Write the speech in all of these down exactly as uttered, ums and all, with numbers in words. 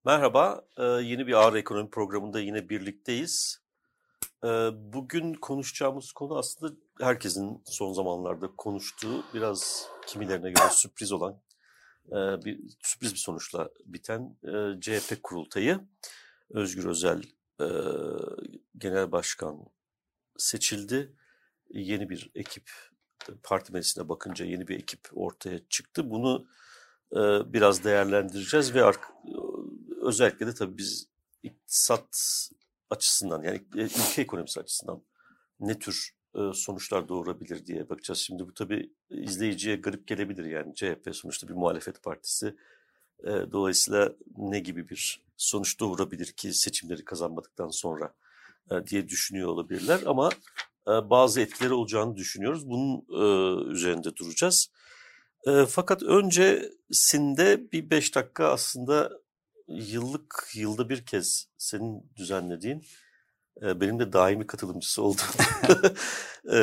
Merhaba, e, yeni bir Ağır Ekonomi programında yine birlikteyiz. E, bugün konuşacağımız konu aslında herkesin son zamanlarda konuştuğu, biraz kimilerine göre sürpriz olan, e, bir sürpriz bir sonuçla biten e, C H P kurultayı. Özgür Özel e, genel başkan seçildi. Yeni bir ekip, parti meclisine bakınca yeni bir ekip ortaya çıktı. Bunu e, biraz değerlendireceğiz ve ark- özellikle de tabii biz iktisat açısından, yani ülke ekonomisi açısından ne tür e, sonuçlar doğurabilir diye bakacağız. Şimdi bu tabii izleyiciye garip gelebilir, yani C H P sonuçta bir muhalefet partisi. E, dolayısıyla ne gibi bir sonuç doğurabilir ki seçimleri kazanmadıktan sonra e, diye düşünüyor olabilirler, ama e, bazı etkileri olacağını düşünüyoruz. Bunun e, üzerinde duracağız. E, fakat öncesinde bir beş dakika aslında yıllık, yılda bir kez senin düzenlediğin, e, benim de daimi katılımcısı olduğum e,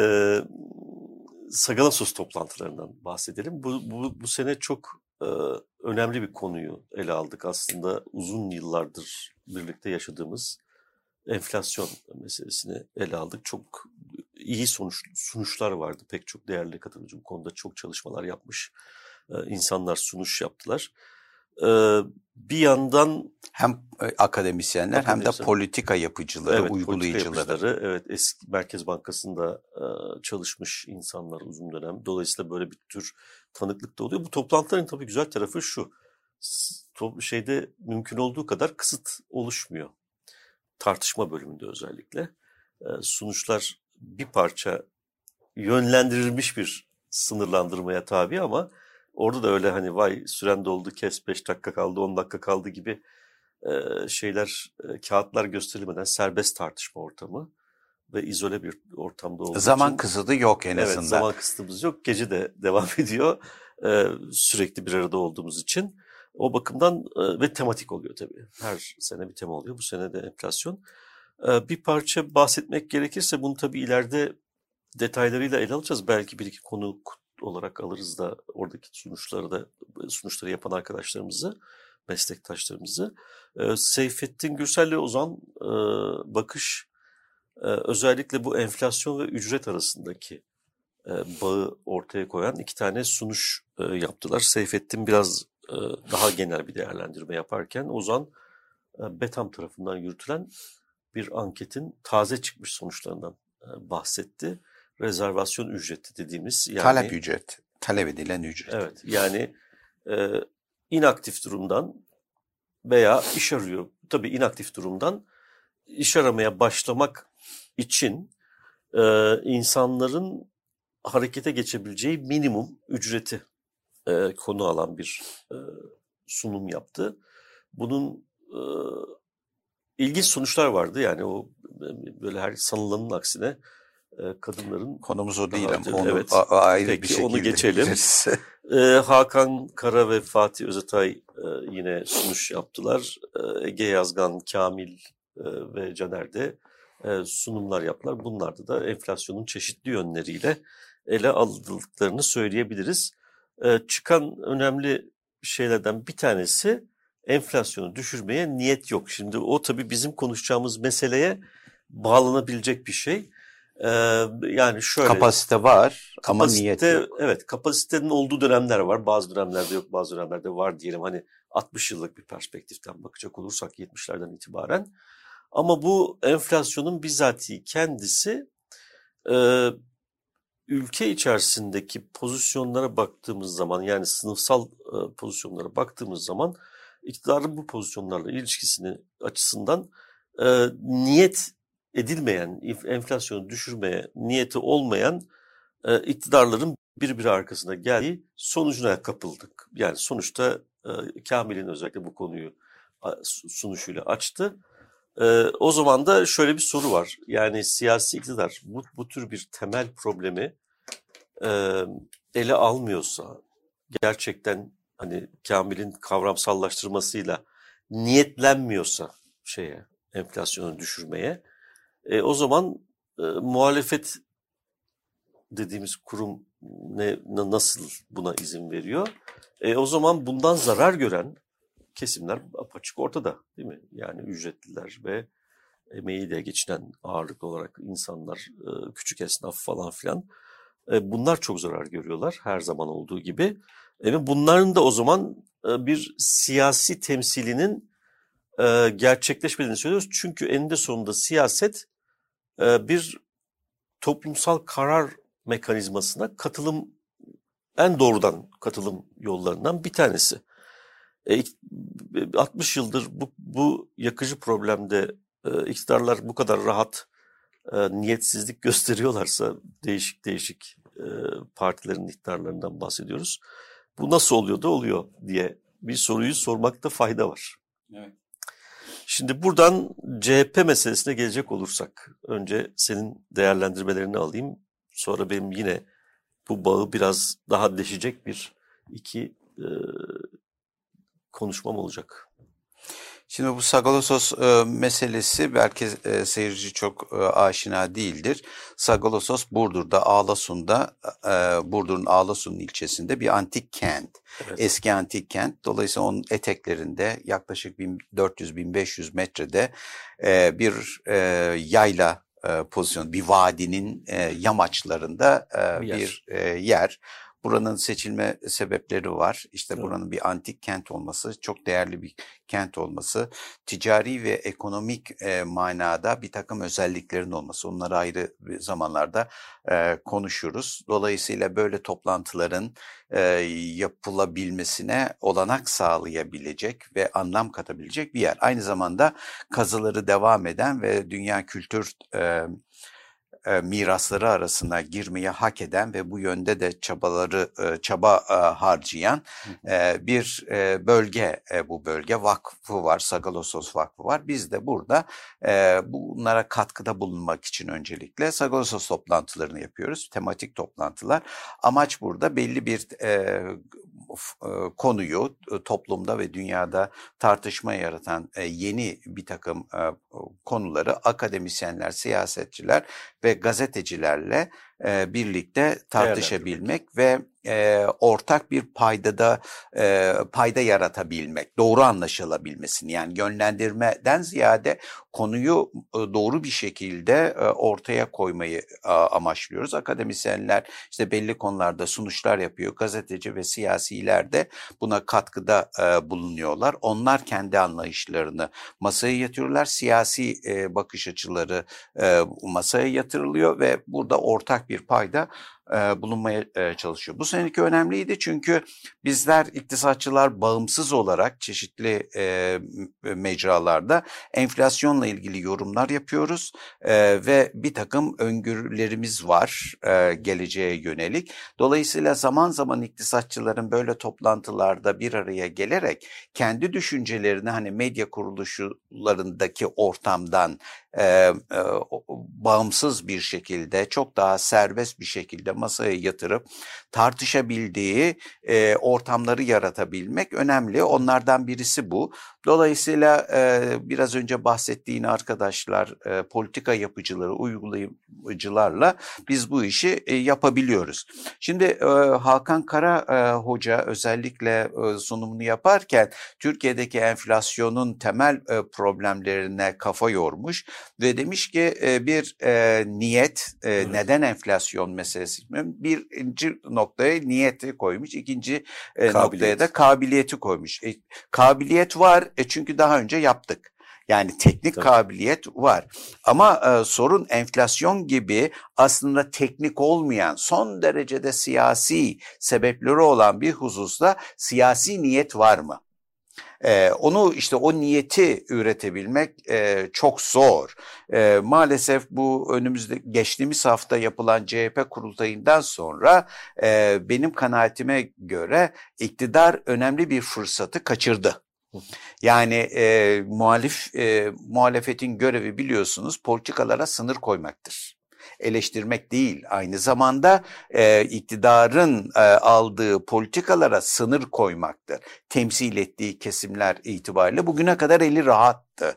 Sagalassos toplantılarından bahsedelim. Bu, bu, bu sene çok e, önemli bir konuyu ele aldık. Aslında uzun yıllardır birlikte yaşadığımız enflasyon meselesini ele aldık. Çok iyi sonuç, sonuçlar vardı. Pek çok değerli katılımcı bu konuda çok çalışmalar yapmış. E, insanlar sunuş yaptılar. E, bir yandan hem akademisyenler hem de akademisyen, politika yapıcıları, evet, politika uygulayıcıları. yapıcıları, evet, eski Merkez Bankası'nda e, çalışmış insanlar uzun dönem. Dolayısıyla böyle bir tür tanıklık da oluyor. Bu toplantıların tabii güzel tarafı şu: s- to- şeyde mümkün olduğu kadar kısıt oluşmuyor. Tartışma bölümünde özellikle e, sonuçlar bir parça yönlendirilmiş bir sınırlandırmaya tabi, ama orada da öyle hani vay süren doldu kes beş dakika kaldı on dakika kaldı gibi e, şeyler, e, kağıtlar gösterilmeden serbest tartışma ortamı ve izole bir ortamda olduğu Zaman için, kısıtı yok en evet, azından. zaman kısıtımız yok. Gece de devam ediyor. E, sürekli bir arada olduğumuz için. O bakımdan e, ve tematik oluyor tabii. Her sene bir tema oluyor. Bu sene de enflasyon. E, bir parça bahsetmek gerekirse bunu tabii ileride detaylarıyla ele alacağız. Belki bir iki konu olarak alırız da oradaki sonuçları da sonuçları yapan arkadaşlarımızı, meslektaşlarımızı. E, Seyfettin Gürsel'le Ozan e, Bakış e, özellikle bu enflasyon ve ücret arasındaki e, bağı ortaya koyan iki tane sunuş e, yaptılar. Seyfettin biraz e, daha genel bir değerlendirme yaparken, Ozan e, Betam tarafından yürütülen bir anketin taze çıkmış sonuçlarından e, bahsetti. Rezervasyon ücreti dediğimiz, yani Talep ücret, talep edilen ücret. evet, yani e, inaktif durumdan veya iş arıyor. Tabii inaktif durumdan iş aramaya başlamak için e, insanların harekete geçebileceği minimum ücreti e, konu alan bir e, sunum yaptı. Bunun e, ilginç sonuçlar vardı. Yani o böyle her sanılanın aksine e, kadınların Konumuz o değil daha, ama onu evet, a- ayrı peki bir şekilde onu geçelim. gireriz. E, Hakan Kara ve Fatih Özatay e, yine sunuş yaptılar. E, Ege Yazgan, Kamil e, ve Caner de e, sunumlar yaptılar. Bunlarda da enflasyonun çeşitli yönleriyle ele alındıklarını söyleyebiliriz. E, çıkan önemli şeylerden bir tanesi, enflasyonu düşürmeye niyet yok. Şimdi o tabii bizim konuşacağımız meseleye bağlanabilecek bir şey. Ee, yani şöyle, Kapasite var ama kapasite, niyet yok. evet, kapasitenin olduğu dönemler var. Bazı dönemlerde yok, bazı dönemlerde var diyelim. Hani altmış yıllık bir perspektiften bakacak olursak yetmişlerden itibaren. Ama bu enflasyonun bizatihi kendisi e, ülke içerisindeki pozisyonlara baktığımız zaman, yani sınıfsal e, pozisyonlara baktığımız zaman, iktidarın bu pozisyonlarla ilişkisini açısından e, niyet edilmeyen, enflasyonu düşürmeye niyeti olmayan e, iktidarların birbiri arkasında geldiği sonucuna kapıldık. Yani sonuçta e, Kamil'in özellikle bu konuyu a, sunuşuyla açtı. E, o zaman da şöyle bir soru var. Yani siyasi iktidar bu, bu tür bir temel problemi e, ele almıyorsa, gerçekten hani Kamil'in kavramsallaştırmasıyla niyetlenmiyorsa şeye, enflasyonu düşürmeye, e, o zaman e, muhalefet dediğimiz kurum ne, nasıl buna izin veriyor? E, o zaman bundan zarar gören kesimler apaçık ortada değil mi? Yani ücretliler ve emeği de geçinen ağırlıklı olarak insanlar, küçük esnaf falan filan. Bunlar çok zarar görüyorlar her zaman olduğu gibi. Ve bunların da o zaman bir siyasi temsilinin gerçekleşmediğini söylüyoruz. Çünkü eninde sonunda siyaset bir toplumsal karar mekanizmasına katılım, en doğrudan katılım yollarından bir tanesi. altmış yıldır bu, bu yakıcı problemde iktidarlar bu kadar rahat niyetsizlik gösteriyorlarsa, değişik değişik partilerin iktidarlarından bahsediyoruz. Bu nasıl oluyor da oluyor diye bir soruyu sormakta fayda var. Evet. Şimdi buradan C H P meselesine gelecek olursak, önce senin değerlendirmelerini alayım. Sonra benim yine bu bağı biraz daha deşecek bir iki e, konuşmam olacak. Şimdi bu Sagalasos e, meselesi belki e, seyirci çok e, aşina değildir. Sagalasos Burdur'da, Ağlasun'da, e, Burdur'un Ağlasun ilçesinde bir antik kent. Evet. Eski antik kent. Dolayısıyla onun eteklerinde yaklaşık bin dört yüz bin beş yüz metrede e, bir e, yayla e, pozisyonu, bir vadinin e, yamaçlarında e, bir, bir e, yer. Buranın seçilme sebepleri var. İşte evet. Buranın bir antik kent olması, çok değerli bir kent olması, ticari ve ekonomik e, manada bir takım özelliklerin olması. Onları ayrı zamanlarda e, konuşuruz. Dolayısıyla böyle toplantıların e, yapılabilmesine olanak sağlayabilecek ve anlam katabilecek bir yer. Aynı zamanda kazıları devam eden ve dünya kültür e, mirasları arasına girmeye hak eden ve bu yönde de çabaları çaba harcayan bir bölge, bu bölge vakfı var, Sagalasos Vakfı var. Biz de burada bunlara katkıda bulunmak için öncelikle Sagalasos toplantılarını yapıyoruz, tematik toplantılar. Amaç burada belli bir konuyu toplumda ve dünyada tartışma yaratan yeni bir takım konuları akademisyenler, siyasetçiler ve gazetecilerle birlikte tartışabilmek ve e, ortak bir paydada e, payda yaratabilmek, doğru anlaşılabilmesini, yani yönlendirmeden ziyade konuyu e, doğru bir şekilde e, ortaya koymayı e, amaçlıyoruz. Akademisyenler işte belli konularda sunuşlar yapıyor, gazeteci ve siyasiler de buna katkıda e, bulunuyorlar. Onlar kendi anlayışlarını masaya yatırıyorlar, siyasi e, bakış açıları e, masaya yatırılıyor ve burada ortak bir payda e, bulunmaya e, çalışıyor. Bu seneki önemliydi çünkü bizler iktisatçılar bağımsız olarak çeşitli e, mecralarda enflasyonla ilgili yorumlar yapıyoruz e, ve bir takım öngörülerimiz var e, geleceğe yönelik. Dolayısıyla zaman zaman iktisatçıların böyle toplantılarda bir araya gelerek kendi düşüncelerini hani medya kuruluşlarındaki ortamdan e, e, bağımsız bir şekilde, çok daha serbest bir şekilde masaya yatırıp tartışabildiği e, ortamları yaratabilmek önemli. Onlardan birisi bu. Dolayısıyla e, biraz önce bahsettiğin arkadaşlar, e, politika yapıcıları, uygulayıcılarla biz bu işi e, yapabiliyoruz. Şimdi e, Hakan Kara e, Hoca özellikle e, sunumunu yaparken Türkiye'deki enflasyonun temel e, problemlerine kafa yormuş ve demiş ki e, bir e, niyet, e, evet. Neden enflasyon meselesi? Birinci noktaya niyeti koymuş, ikinci e, noktaya da kabiliyeti koymuş. E, kabiliyet var e, çünkü daha önce yaptık. Yani teknik Tabii. kabiliyet var ama e, sorun enflasyon gibi aslında teknik olmayan, son derecede siyasi sebepleri olan bir hususta siyasi niyet var mı? Ee, onu işte o niyeti üretebilmek e, çok zor. E, maalesef bu önümüzde geçtiğimiz hafta yapılan C H P kurultayından sonra e, benim kanaatime göre iktidar önemli bir fırsatı kaçırdı. Yani e, muhalif e, muhalefetin görevi biliyorsunuz politikalara sınır koymaktır. Eleştirmek değil, aynı zamanda e, iktidarın e, aldığı politikalara sınır koymaktır. Temsil ettiği kesimler itibariyle bugüne kadar eli rahattı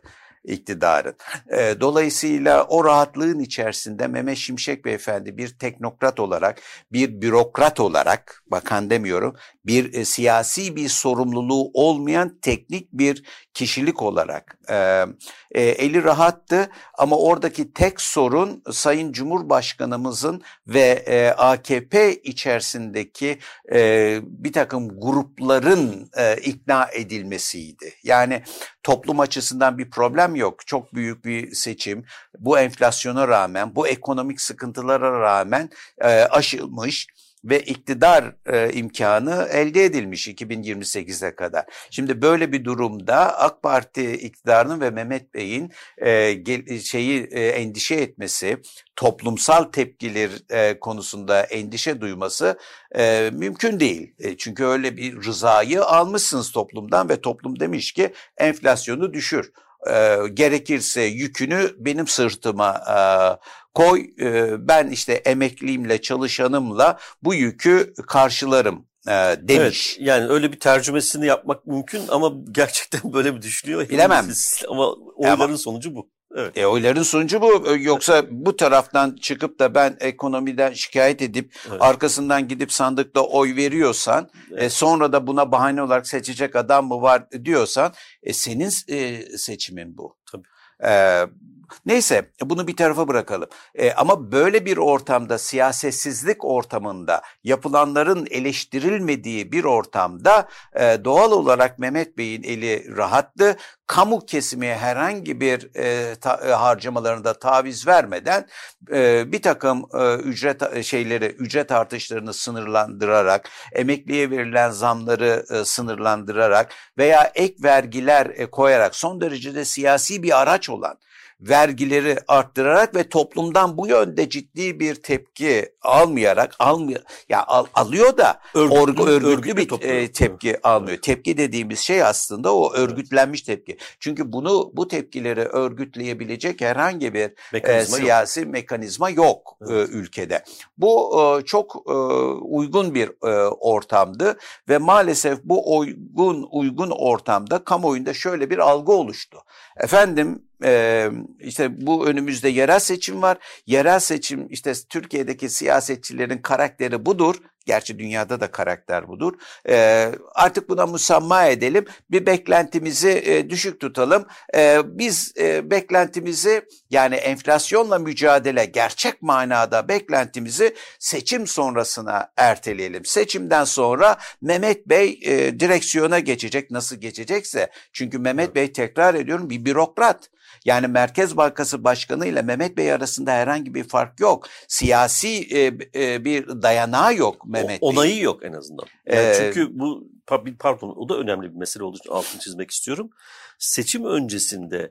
iktidarın. E, dolayısıyla o rahatlığın içerisinde Mehmet Şimşek Beyefendi bir teknokrat olarak, bir bürokrat olarak, bakan demiyorum, bir e, siyasi bir sorumluluğu olmayan teknik bir kişilik olarak e, e, eli rahattı ama oradaki tek sorun Sayın Cumhurbaşkanımızın ve e, A K P içerisindeki e, bir takım grupların e, ikna edilmesiydi. Yani toplum açısından bir problem yok. Çok büyük bir seçim. Bu enflasyona rağmen, bu ekonomik sıkıntılara rağmen e, aşılmış ve iktidar e, imkanı elde edilmiş iki bin yirmi sekize kadar. Şimdi böyle bir durumda AK Parti iktidarının ve Mehmet Bey'in e, gel, şeyi e, endişe etmesi, toplumsal tepkiler e, konusunda endişe duyması e, mümkün değil. E, çünkü öyle bir rızayı almışsınız toplumdan ve toplum demiş ki enflasyonu düşür. E, gerekirse yükünü benim sırtıma e, koy, e, ben işte emekliliğimle, çalışanımla bu yükü karşılarım e, demiş. Evet, yani öyle bir tercümesini yapmak mümkün ama gerçekten böyle mi düşünüyor? Bilemem. Ama oyların ama, sonucu bu. Evet. E, oyların sonucu bu. Yoksa bu taraftan çıkıp da ben ekonomiden şikayet edip evet. arkasından gidip sandıkta oy veriyorsan evet. e, sonra da buna bahane olarak seçecek adam mı var diyorsan e, senin e, seçimin bu. Tabii. E, neyse bunu bir tarafa bırakalım. E, ama böyle bir ortamda, siyasetsizlik ortamında, yapılanların eleştirilmediği bir ortamda e, doğal olarak Mehmet Bey'in eli rahattı. Kamu kesimi herhangi bir e, ta, e, harcamalarında taviz vermeden e, bir takım e, ücret şeyleri, ücret artışlarını sınırlandırarak, emekliye verilen zamları e, sınırlandırarak veya ek vergiler e, koyarak son derecede siyasi bir araç olan vergileri arttırarak ve toplumdan bu yönde ciddi bir tepki almayarak almıyor ya al, alıyor da örgütlü, orgu, örgütlü, örgütlü bir toplum. e, tepki evet. almıyor. Evet. Tepki dediğimiz şey aslında o örgütlenmiş evet. tepki. Çünkü bunu bu tepkileri örgütleyebilecek herhangi bir mekanizma e, siyasi yok. mekanizma yok evet. e, ülkede. Bu e, çok e, uygun bir e, ortamdı ve maalesef bu uygun uygun ortamda kamuoyunda şöyle bir algı oluştu. Efendim Ee, işte bu önümüzde yerel seçim var. Yerel seçim işte Türkiye'deki siyasetçilerin karakteri budur. Gerçi dünyada da karakter budur. Ee, artık buna musamma edelim. Bir beklentimizi e, düşük tutalım. Ee, biz e, beklentimizi yani enflasyonla mücadele gerçek manada beklentimizi seçim sonrasına erteleyelim. Seçimden sonra Mehmet Bey e, direksiyona geçecek. Nasıl geçecekse. Çünkü Mehmet Bey tekrar ediyorum bir bürokrat. Yani Merkez Bankası Başkanı ile Mehmet Bey arasında herhangi bir fark yok. Siyasi e, e, bir dayanağı yok Mehmet Bey. Onayı yok en azından. Yani ee, çünkü bu pardon o da önemli bir mesele olduğu için altını çizmek istiyorum. Seçim öncesinde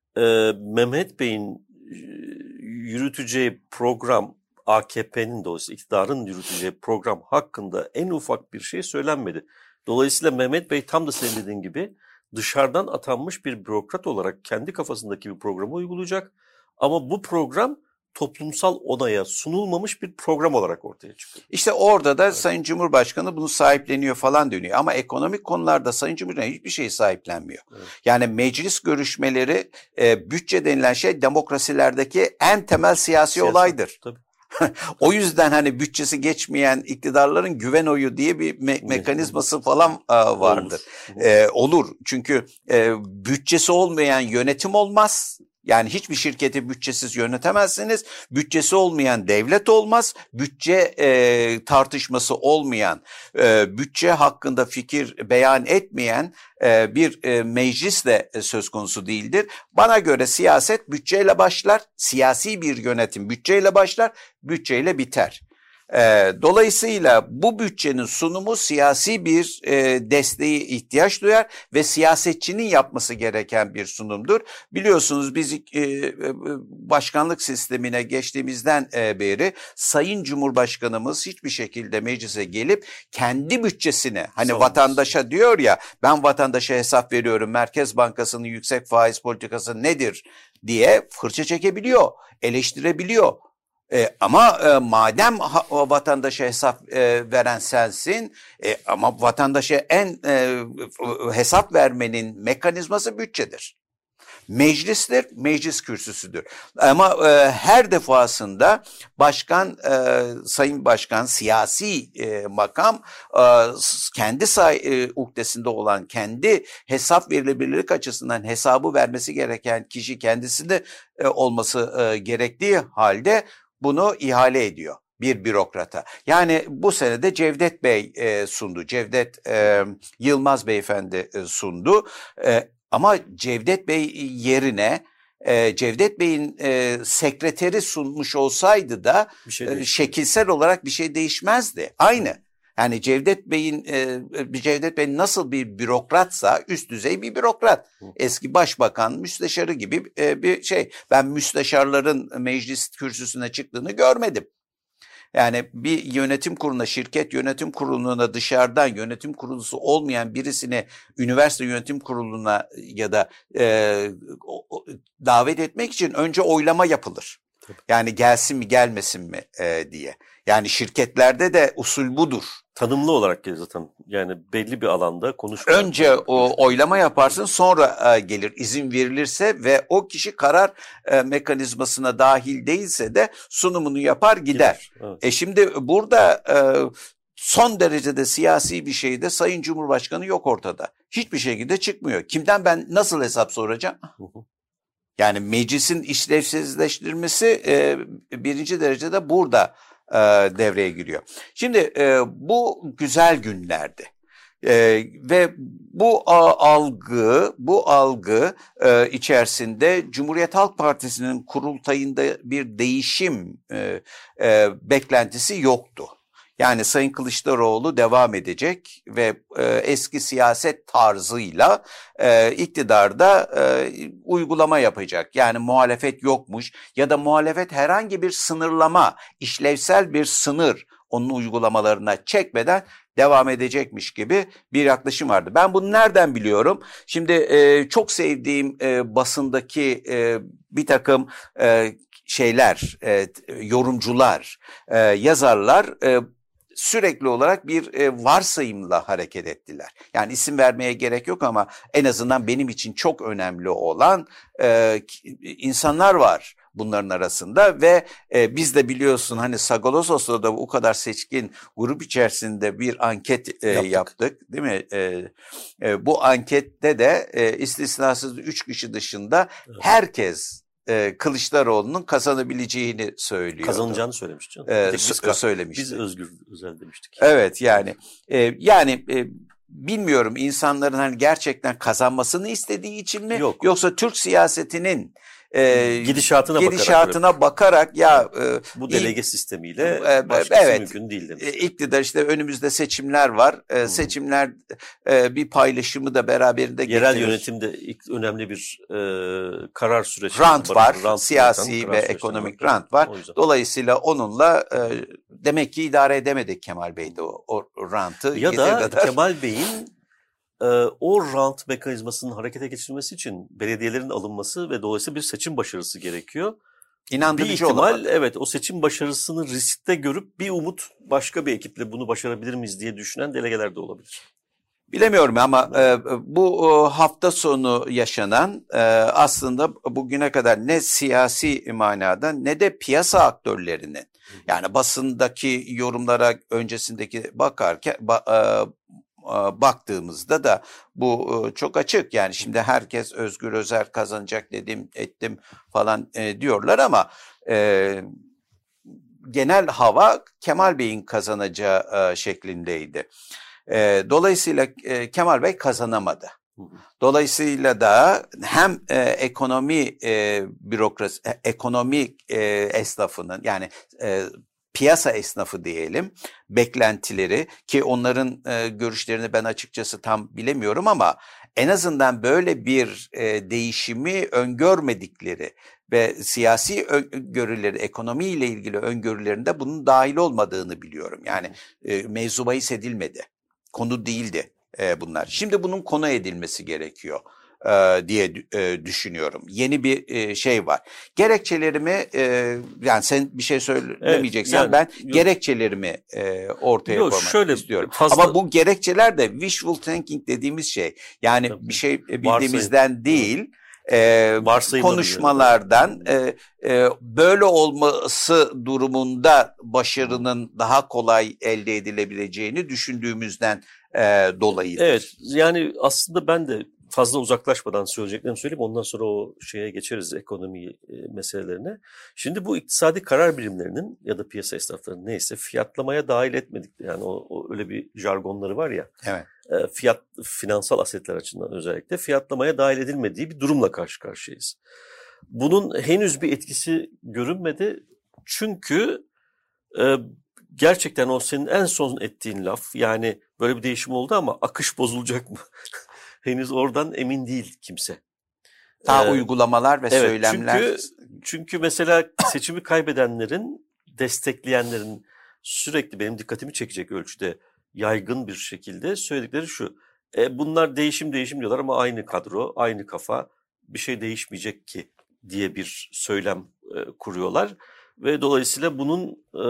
e, Mehmet Bey'in e, yürüteceği program A K P'nin dolayısıyla iktidarın yürüteceği program hakkında en ufak bir şey söylenmedi. Dolayısıyla Mehmet Bey tam da senin dediğin gibi dışarıdan atanmış bir bürokrat olarak kendi kafasındaki bir programı uygulayacak. Ama bu program toplumsal onaya sunulmamış bir program olarak ortaya çıkıyor. İşte orada da evet. Sayın Cumhurbaşkanı bunu sahipleniyor falan dönüyor. Ama ekonomik konularda Sayın Cumhurbaşkanı hiçbir şey sahiplenmiyor. Evet. Yani meclis görüşmeleri, e, bütçe denilen şey demokrasilerdeki en temel siyasi Siyasal, olaydır. Tabii. O yüzden hani bütçesi geçmeyen iktidarların güven oyu diye bir me- mekanizması falan e, vardır. Olur. E, olur. Çünkü e, bütçesi olmayan yönetim olmaz. Yani hiçbir şirketi bütçesiz yönetemezsiniz. Bütçesi olmayan devlet olmaz. Bütçe e, tartışması olmayan, e, bütçe hakkında fikir beyan etmeyen e, bir e, meclis de e, söz konusu değildir. Bana göre siyaset bütçeyle başlar. Siyasi bir yönetim bütçeyle başlar, bütçeyle biter. E, dolayısıyla bu bütçenin sunumu siyasi bir e, desteğe ihtiyaç duyar ve siyasetçinin yapması gereken bir sunumdur. Biliyorsunuz biz e, başkanlık sistemine geçtiğimizden e, beri Sayın Cumhurbaşkanımız hiçbir şekilde meclise gelip kendi bütçesine hani Sağ vatandaşa olsun. Diyor ya ben vatandaşa hesap veriyorum Merkez Bankası'nın yüksek faiz politikası nedir diye fırça çekebiliyor, eleştirebiliyor. E, ama e, madem ha, vatandaşa hesap e, veren sensin e, ama vatandaşa en e, hesap vermenin mekanizması bütçedir. Meclistir, meclis kürsüsüdür. Ama e, her defasında başkan, e, sayın başkan, siyasi e, makam e, kendi say e, uhdesinde olan, kendi hesap verilebilirlik açısından hesabı vermesi gereken kişi kendisi de e, olması e, gerektiği halde bunu ihale ediyor bir bürokrata. Yani bu sene de Cevdet Bey e, sundu. Cevdet e, Yılmaz Beyefendi e, sundu. E, ama Cevdet Bey yerine e, Cevdet Bey'in e, sekreteri sunmuş olsaydı da şey e, şekilsel olarak bir şey değişmezdi. Aynı. Yani Cevdet Bey'in e, Cevdet Bey nasıl bir bürokratsa, üst düzey bir bürokrat. Eski başbakan, müsteşarı gibi e, bir şey. Ben müsteşarların meclis kürsüsüne çıktığını görmedim. Yani bir yönetim kuruluna, şirket yönetim kuruluna dışarıdan yönetim kurulusu olmayan birisini üniversite yönetim kuruluna ya da e, o, davet etmek için önce oylama yapılır. Yani gelsin mi gelmesin mi e, diye. Yani şirketlerde de usul budur. Tanımlı olarak gelir zaten. Yani belli bir alanda konuşma. Önce o oylama yaparsın, sonra e, gelir izin verilirse ve o kişi karar e, mekanizmasına dahil değilse de sunumunu yapar gider. gider. Evet. E şimdi burada e, son derecede siyasi bir şeyde Sayın Cumhurbaşkanı yok ortada. Hiçbir şekilde çıkmıyor. Kimden ben nasıl hesap soracağım? Hı hı. Yani meclisin işlevsizleştirilmesi e, birinci derecede burada e, devreye giriyor. Şimdi e, bu güzel günlerdi. Ee, ve bu a, algı, bu algı e, içerisinde Cumhuriyet Halk Partisi'nin kurultayında bir değişim e, e, beklentisi yoktu. Yani Sayın Kılıçdaroğlu devam edecek ve e, eski siyaset tarzıyla e, iktidarda e, uygulama yapacak. Yani muhalefet yokmuş ya da muhalefet herhangi bir sınırlama, işlevsel bir sınır onun uygulamalarına çekmeden devam edecekmiş gibi bir yaklaşım vardı. Ben bunu nereden biliyorum? Şimdi e, çok sevdiğim e, basındaki e, bir takım e, şeyler, e, yorumcular, e, yazarlar e, sürekli olarak bir e, varsayımla hareket ettiler. Yani isim vermeye gerek yok ama en azından benim için çok önemli olan e, insanlar var bunların arasında ve e, biz de biliyorsun hani Sagolosos'ta da o kadar seçkin grup içerisinde bir anket e, yaptık. yaptık değil mi? E, e, bu ankette de e, istisnasız üç kişi dışında evet. herkes e, Kılıçdaroğlu'nun kazanabileceğini söylüyordu. Kazanacağını söylemiş canım. E, biz, söylemişti. Biz Özgür Özel demiştik. Evet yani e, yani e, bilmiyorum insanların hani gerçekten kazanmasını istediği için mi Yok. yoksa Türk siyasetinin E, gidişatına, gidişatına bakarak, bakarak ya e, bu delege sistemiyle e, başkası evet, mümkün değil demiş. E, iktidar işte önümüzde seçimler var. E, hmm. Seçimler e, bir paylaşımı da beraberinde getirir. Yerel yönetimde önemli bir e, karar süreci rant var. Rant siyasi ve ekonomik var. rant var. Dolayısıyla onunla e, demek ki idare edemedik Kemal Bey'de o, o rantı. Ya da kadar. Kemal Bey'in o rant mekanizmasının harekete geçirilmesi için belediyelerin alınması ve dolayısıyla bir seçim başarısı gerekiyor. İnandırıcı bir ihtimal olamadı. Evet o seçim başarısını riskte görüp bir umut başka bir ekiple bunu başarabilir miyiz diye düşünen delegeler de olabilir. Bilemiyorum ama e, bu e, hafta sonu yaşanan e, aslında bugüne kadar ne siyasi manada ne de piyasa aktörlerinin yani basındaki yorumlara öncesindeki bakarken ba, e, baktığımızda da bu çok açık. Yani şimdi herkes Özgür Özel kazanacak dedim ettim falan e, diyorlar ama e, genel hava Kemal Bey'in kazanacağı e, şeklindeydi. E, dolayısıyla e, Kemal Bey kazanamadı. Dolayısıyla da hem e, ekonomi e, bürokrasi, e, ekonomi e, esnafının yani e, piyasa esnafı diyelim beklentileri ki onların e, görüşlerini ben açıkçası tam bilemiyorum ama en azından böyle bir e, değişimi öngörmedikleri ve siyasi öngörüleri ekonomiyle ilgili öngörülerinde bunun dahil olmadığını biliyorum. Yani e, mevzu bahis edilmedi. Konu değildi e, bunlar. Şimdi bunun konu edilmesi gerekiyor. diye düşünüyorum. Yeni bir şey var. Gerekçelerimi yani sen bir şey söylemeyeceksen evet, yani, ben yok. gerekçelerimi ortaya yok, koymak şöyle, istiyorum. Fazla... Ama bu gerekçeler de wishful thinking dediğimiz şey. Yani Tabii. bir şey bildiğimizden Varsayım. değil e, konuşmalardan e, e, böyle olması durumunda başarının daha kolay elde edilebileceğini düşündüğümüzden e, dolayıdır. Evet, yani aslında ben de fazla uzaklaşmadan söyleyeceklerimi söyleyeyim. Ondan sonra o şeye geçeriz, ekonomi e, meselelerine. Şimdi bu iktisadi karar birimlerinin ya da piyasa esnaflarının neyse fiyatlamaya dahil etmedik. Yani o, o öyle bir jargonları var ya. Evet. E, fiyat finansal asetler açısından özellikle fiyatlamaya dahil edilmediği bir durumla karşı karşıyayız. Bunun henüz bir etkisi görünmedi. Çünkü e, gerçekten o senin en son ettiğin laf, yani böyle bir değişim oldu ama akış bozulacak mı? Henüz oradan emin değil kimse. Daha ee, uygulamalar ve evet, söylemler. Çünkü, çünkü mesela seçimi kaybedenlerin, destekleyenlerin sürekli benim dikkatimi çekecek ölçüde yaygın bir şekilde söyledikleri şu. E, bunlar değişim değişim diyorlar ama aynı kadro, aynı kafa, bir şey değişmeyecek ki diye bir söylem e, kuruyorlar. Ve dolayısıyla bunun e,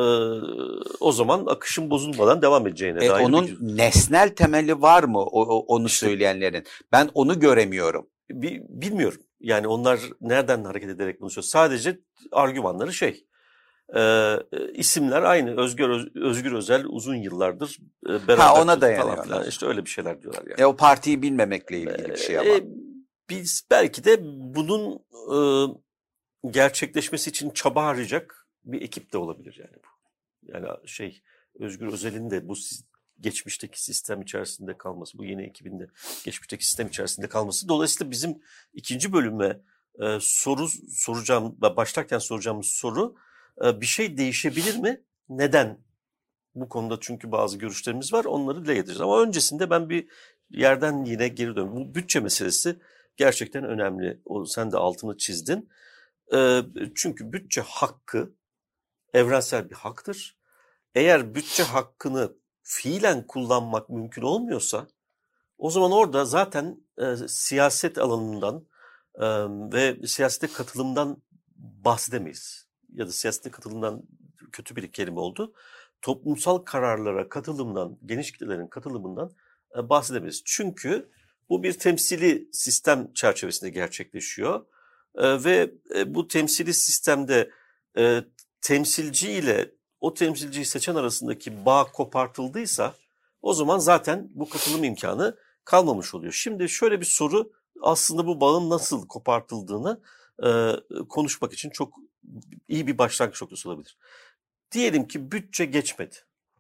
o zaman akışın bozulmadan devam edeceğine e, dair onun bir... nesnel temeli var mı o, o, onu İşte, söyleyenlerin? Ben onu göremiyorum. Bi, bilmiyorum. Yani onlar nereden hareket ederek bunu söylüyor? Sadece argümanları şey. E, isimler aynı. Özgür Özgür Özel uzun yıllardır e, beraber ha, ona falan filan. İşte öyle bir şeyler diyorlar yani. E, o partiyi bilmemekle ilgili bir şey ama. E, biz belki de bunun e, gerçekleşmesi için çaba harcayacak bir ekip de olabilir yani bu. Yani şey Özgür Özel'in de bu geçmişteki sistem içerisinde kalması, bu yeni ekibinde geçmişteki sistem içerisinde kalması. Dolayısıyla bizim ikinci bölüme e, soru soracağım, başlarken soracağımız soru e, bir şey değişebilir mi? Neden? Bu konuda çünkü bazı görüşlerimiz var, onları dile getireceğiz. Ama öncesinde ben bir yerden yine geri dönüyorum. Bu bütçe meselesi gerçekten önemli. O, sen de altını çizdin. E, çünkü bütçe hakkı evrensel bir haktır. Eğer bütçe hakkını fiilen kullanmak mümkün olmuyorsa o zaman orada zaten e, siyaset alanından e, ve siyasete katılımdan bahsedemeyiz. Ya da siyasete katılımdan kötü bir kelime oldu. Toplumsal kararlara katılımdan, geniş kitlelerin katılımından e, bahsedemeyiz. Çünkü bu bir temsili sistem çerçevesinde gerçekleşiyor. E, ve e, bu temsili sistemde e, temsilci ile o temsilciyi seçen arasındaki bağ kopartıldıysa o zaman zaten bu katılım imkanı kalmamış oluyor. Şimdi şöyle bir soru, aslında bu bağın nasıl kopartıldığını e, konuşmak için çok iyi bir başlangıç noktası olabilir. Diyelim ki bütçe geçmedi.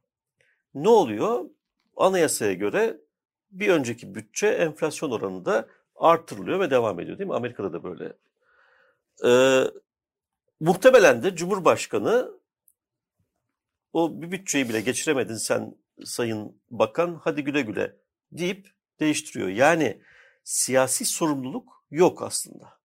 Ne oluyor? Anayasaya göre bir önceki bütçe enflasyon oranında artırılıyor ve devam ediyor, değil mi? Amerika'da da böyle. Ee, muhtemelen de Cumhurbaşkanı o bir bütçeyi bile geçiremedin sen Sayın Bakan, hadi güle güle deyip değiştiriyor. Yani siyasi sorumluluk yok aslında.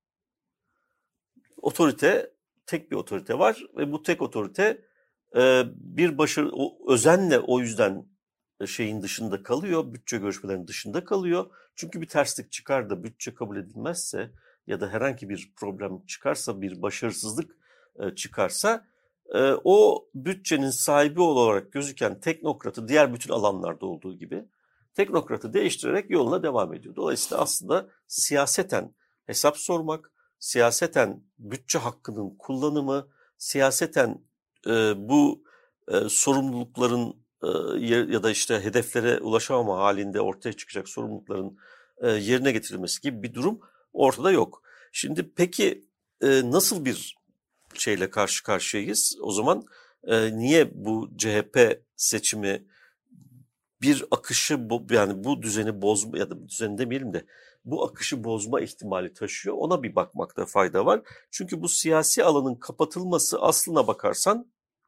Otorite, tek bir otorite var ve bu tek otorite e, bir başarı, o, özenle o yüzden şeyin dışında kalıyor, bütçe görüşmelerinin dışında kalıyor. Çünkü bir terslik çıkar da bütçe kabul edilmezse ya da herhangi bir problem çıkarsa, bir başarısızlık e, çıkarsa e, o bütçenin sahibi olarak gözüken teknokratı diğer bütün alanlarda olduğu gibi teknokratı değiştirerek yoluna devam ediyor. Dolayısıyla aslında siyaseten hesap sormak, siyaseten bütçe hakkının kullanımı, siyaseten e, bu e, sorumlulukların e, ya da işte hedeflere ulaşamama halinde ortaya çıkacak sorumlulukların e, yerine getirilmesi gibi bir durum ortada yok. Şimdi peki e, nasıl bir şeyle karşı karşıyayız? O zaman e, niye bu C H P seçimi bir akışı, yani bu düzeni bozma ya da düzeni demeyelim de bu akışı bozma ihtimali taşıyor? Ona bir bakmakta fayda var. Çünkü bu siyasi alanın kapatılması aslına bakarsan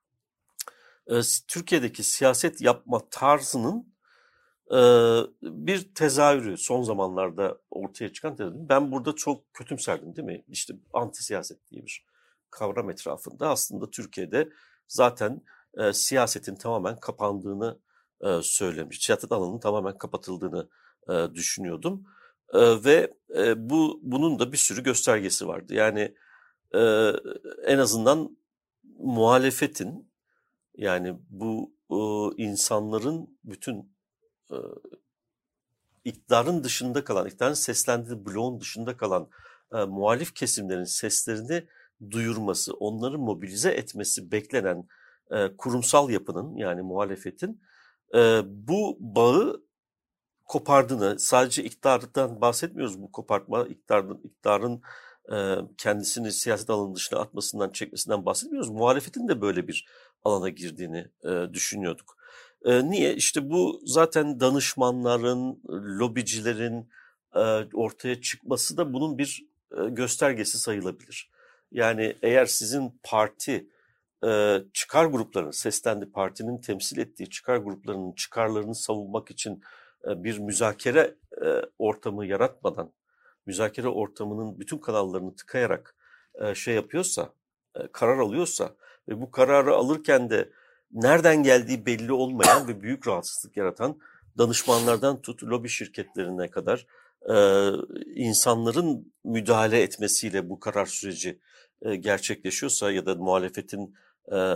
e, Türkiye'deki siyaset yapma tarzının e, bir tezahürü, son zamanlarda ortaya çıkan tezahürü. Ben burada çok kötümserdim, değil mi? İşte anti siyaset diye bir kavram etrafında aslında Türkiye'de zaten e, siyasetin tamamen kapandığını e, söylemiş. Siyaset alanının tamamen kapatıldığını e, düşünüyordum. E, ve e, bu bunun da bir sürü göstergesi vardı. Yani e, en azından muhalefetin, yani bu e, insanların bütün e, iktidarın dışında kalan, iktidarın seslendiği bloğun dışında kalan e, muhalif kesimlerin seslerini duyurması, onları mobilize etmesi beklenen e, kurumsal yapının, yani muhalefetin e, bu bağı kopardığını, sadece iktidardan bahsetmiyoruz, bu kopartma iktidarın, iktidarın e, kendisini siyaset alanı dışına atmasından, çekmesinden bahsetmiyoruz. Muhalefetin de böyle bir alana girdiğini e, düşünüyorduk. E, niye? İşte bu zaten danışmanların, lobicilerin e, ortaya çıkması da bunun bir e, göstergesi sayılabilir. Yani eğer sizin parti e, çıkar gruplarının, seslendi partinin temsil ettiği çıkar gruplarının çıkarlarını savunmak için e, bir müzakere e, ortamı yaratmadan, müzakere ortamının bütün kanallarını tıkayarak e, şey yapıyorsa, e, karar alıyorsa ve bu kararı alırken de nereden geldiği belli olmayan ve büyük rahatsızlık yaratan danışmanlardan tut lobi şirketlerine kadar e, insanların müdahale etmesiyle bu karar süreci e, gerçekleşiyorsa ya da muhalefetin e,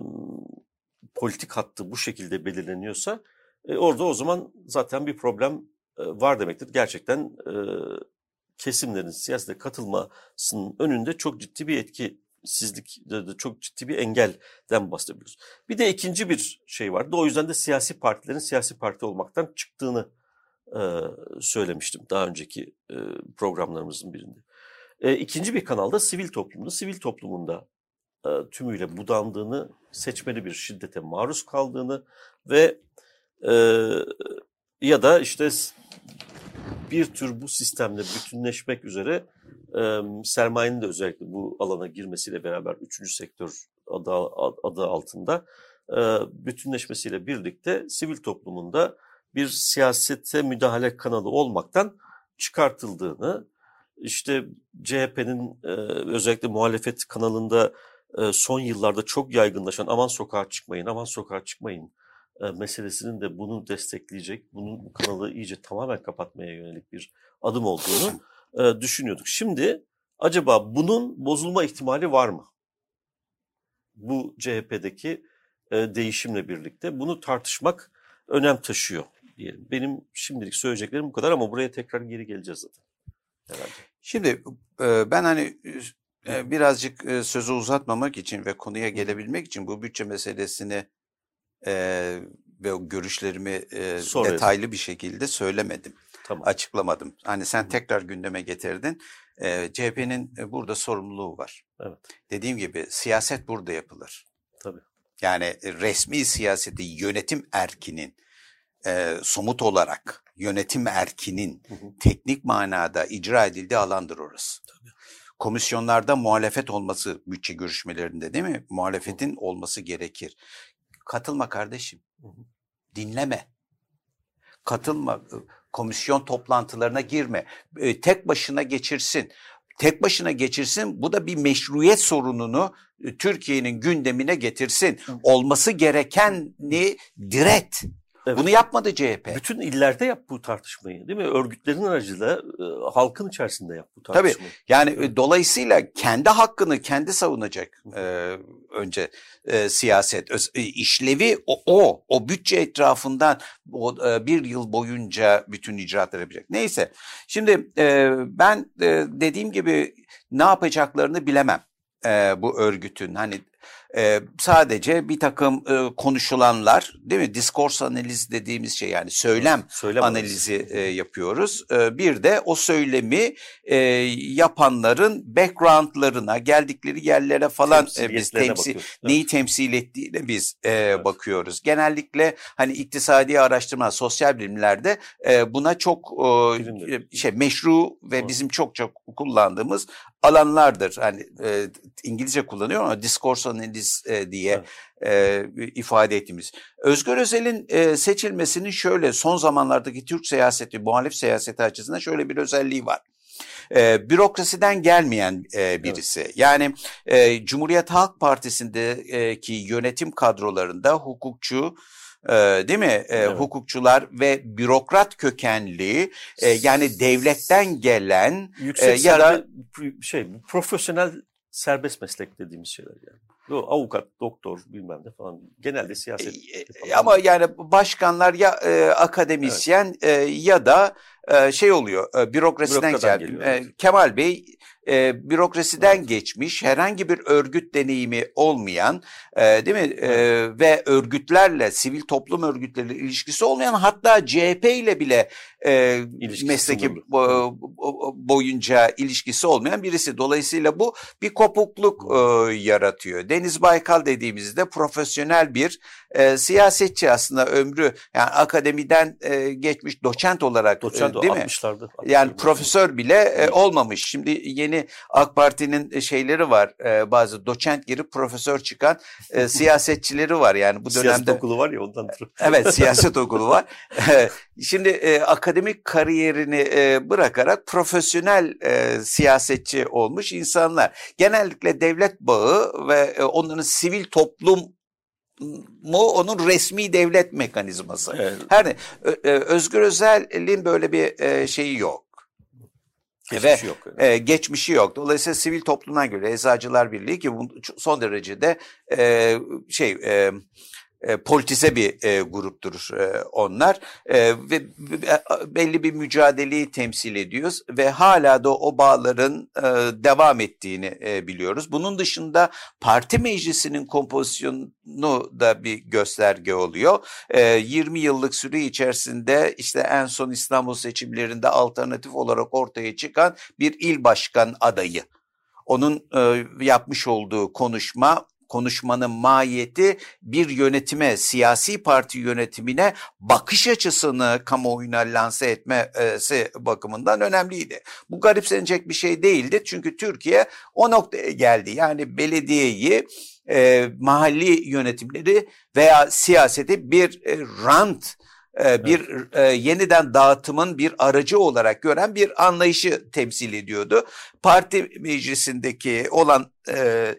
politik hattı bu şekilde belirleniyorsa e, orada o zaman zaten bir problem e, var demektir. Gerçekten e, kesimlerin siyasete katılmasının önünde çok ciddi bir etkisizlik, çok ciddi bir engelden bahsediyoruz. Bir de ikinci bir şey vardı. O yüzden de siyasi partilerin siyasi parti olmaktan çıktığını e, söylemiştim daha önceki e, programlarımızın birinde. E, ikinci bir kanalda sivil toplumda, sivil toplumunda e, tümüyle budandığını, seçmeli bir şiddete maruz kaldığını ve e, ya da işte bir tür bu sistemle bütünleşmek üzere e, sermayenin de özellikle bu alana girmesiyle beraber üçüncü sektör adı, adı altında e, bütünleşmesiyle birlikte sivil toplumunda bir siyasete müdahale kanalı olmaktan çıkartıldığını, işte C H P'nin e, özellikle muhalefet kanalında e, son yıllarda çok yaygınlaşan aman sokağa çıkmayın, aman sokağa çıkmayın e, meselesinin de bunu destekleyecek, bunun bu kanalı iyice tamamen kapatmaya yönelik bir adım olduğunu e, düşünüyorduk. Şimdi acaba bunun bozulma ihtimali var mı? Bu C H P'deki e, değişimle birlikte bunu tartışmak önem taşıyor diyelim. Benim şimdilik söyleyeceklerim bu kadar ama buraya tekrar geri geleceğiz zaten herhalde. Şimdi e, ben hani e, birazcık e, sözü uzatmamak için ve konuya gelebilmek için bu bütçe meselesini e, ve o görüşlerimi e, detaylı bir şekilde söylemedim, tamam. Açıklamadım. Hani sen Hı-hı. tekrar gündeme getirdin. E, C H P'nin e, burada sorumluluğu var. Evet. Dediğim gibi siyaset burada yapılır. Tabii. Yani e, resmi siyaseti yönetim erkinin e, somut olarak yönetim erkinin hı hı. teknik manada icra edildiği alandır orası. Tabii. Komisyonlarda muhalefet olması bütçe görüşmelerinde değil mi? Muhalefetin hı. olması gerekir. Katılma kardeşim. Hı hı. Dinleme. Katılma. Komisyon toplantılarına girme. E, tek başına geçirsin. Tek başına geçirsin. Bu da bir meşruiyet sorununu e, Türkiye'nin gündemine getirsin. Hı. Olması gerekeni diret. Evet. Bunu yapmadı C H P. Bütün illerde yap bu tartışmayı, değil mi? Örgütlerin aracılığıyla e, halkın içerisinde yap bu tartışmayı. Tabii. Yani evet. dolayısıyla kendi hakkını kendi savunacak e, önce e, siyaset. Öz, e, işlevi o, o. O bütçe etrafından o, e, bir yıl boyunca bütün icraatları yapacak. Neyse. Şimdi e, ben e, dediğim gibi ne yapacaklarını bilemem e, bu örgütün. Hani Ee, sadece bir takım e, konuşulanlar değil mi? Diskors analizi dediğimiz şey yani söylem, söylem analizi e, yapıyoruz. E, bir de o söylemi e, yapanların backgroundlarına, geldikleri yerlere falan e, biz temsil neyi evet. temsil ettiğine biz e, evet. bakıyoruz. Genellikle hani iktisadi araştırma, sosyal bilimlerde e, buna çok e, şey meşru ve evet. bizim çok çok kullandığımız alanlardır. Hani e, İngilizce kullanıyorum ama diskors analiz e, diye evet. e, ifade ettiğimiz. Özgür Özel'in e, seçilmesinin şöyle son zamanlardaki Türk siyaseti, muhalif siyaseti açısından şöyle bir özelliği var. E, bürokrasiden gelmeyen e, birisi. Evet. Yani e, Cumhuriyet Halk Partisi'ndeki yönetim kadrolarında hukukçu, Ee, değil mi? Ee, evet. Hukukçular ve bürokrat kökenli e, yani devletten gelen yüksek e, ya da şey profesyonel serbest meslek dediğimiz şeyler yani. Avukat, doktor bilmem ne falan. Genelde siyaset. E, ama yani başkanlar ya e, akademisyen evet. e, ya da e, şey oluyor e, bürokrasiden geldi. Evet. E, Kemal Bey e, bürokrasiden evet. geçmiş, herhangi bir örgüt deneyimi olmayan, e, değil mi? Evet. E, ve örgütlerle, sivil toplum örgütleriyle ilişkisi olmayan, hatta C H P ile bile e, mesleki bo, boyunca ilişkisi olmayan birisi. Dolayısıyla bu bir kopukluk e, yaratıyor. Deniz Baykal dediğimizde profesyonel bir e, siyasetçi, aslında ömrü yani akademiden e, geçmiş doçent olarak doçent, e, değil altmışlarda, mi? Yani profesör bile e, olmamış. Şimdi yeni AK Parti'nin şeyleri var. E, bazı doçent girip profesör çıkan e, siyasetçileri var. Yani bu dönemde siyaset okulu var ya ondan. Evet, siyaset okulu var. Şimdi e, akademik kariyerini e, bırakarak profesyonel e, siyasetçi olmuş insanlar. Genellikle devlet bağı ve e, onların sivil toplum mu onun resmi devlet mekanizması. Evet. Her ne Özgür Özel'in böyle bir e, şeyi yok. Geçmişi ve yok. Yani. E, geçmişi yok. Dolayısıyla sivil toplumdan göre Eczacılar Birliği, ki bu son derecede e, şey e, E, politize bir e, gruptur e, onlar e, ve e, belli bir mücadeleyi temsil ediyoruz ve hala da o bağların e, devam ettiğini e, biliyoruz. Bunun dışında parti meclisinin kompozisyonu da bir gösterge oluyor. E, yirmi yıllık süre içerisinde işte en son İstanbul seçimlerinde alternatif olarak ortaya çıkan bir il başkan adayı. Onun e, yapmış olduğu konuşma konuşmanın mahiyeti bir yönetime, siyasi parti yönetimine bakış açısını kamuoyuna lanse etmesi bakımından önemliydi. Bu garipsenecek bir şey değildi. Çünkü Türkiye o noktaya geldi. Yani belediyeyi, e, mahalli yönetimleri veya siyaseti bir e, rant, bir evet. e, yeniden dağıtımın bir aracı olarak gören bir anlayışı temsil ediyordu. Parti meclisindeki olan e,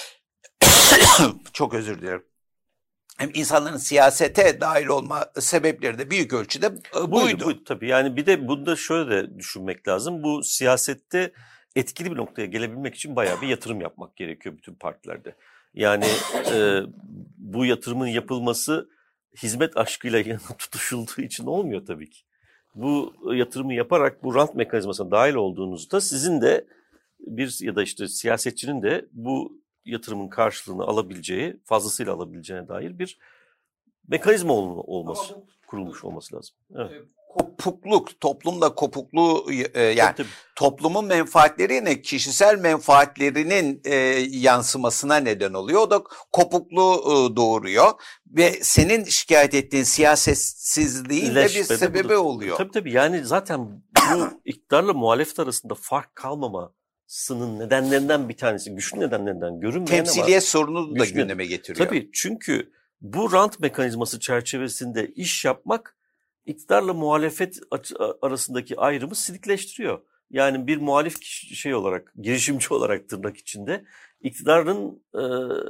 çok özür dilerim. Hem insanların siyasete dahil olma sebepleri de büyük ölçüde buydu. Buydu, buydu tabii. Yani bir de bunda şöyle de düşünmek lazım. Bu siyasette etkili bir noktaya gelebilmek için bayağı bir yatırım yapmak gerekiyor bütün partilerde. Yani e, bu yatırımın yapılması hizmet aşkıyla yanına tutuşulduğu için olmuyor tabii ki. Bu yatırımı yaparak bu rant mekanizmasına dahil olduğunuzda sizin de bir ya da işte siyasetçinin de bu yatırımın karşılığını alabileceği, fazlasıyla alabileceğine dair bir mekanizma olması, kurulmuş olması lazım. Evet. Kopukluk, toplumda kopukluğu e, yani tabii, tabii. Toplumun menfaatleri yerine kişisel menfaatlerinin e, yansımasına neden oluyor. O da kopukluğu e, doğuruyor ve senin şikayet ettiğin siyasetsizliğin de bir sebebi da, oluyor. Tabii tabii, yani zaten bu iktidarla muhalefet arasında fark kalmama sının nedenlerinden bir tanesi, güçlü nedenlerinden görünmeyen temsiliyet ama sorunu da gündeme getiriyor. Tabii, çünkü bu rant mekanizması çerçevesinde iş yapmak iktidarla muhalefet arasındaki ayrımı silikleştiriyor. Yani bir muhalif şey olarak, girişimci olarak tırnak içinde iktidarın e,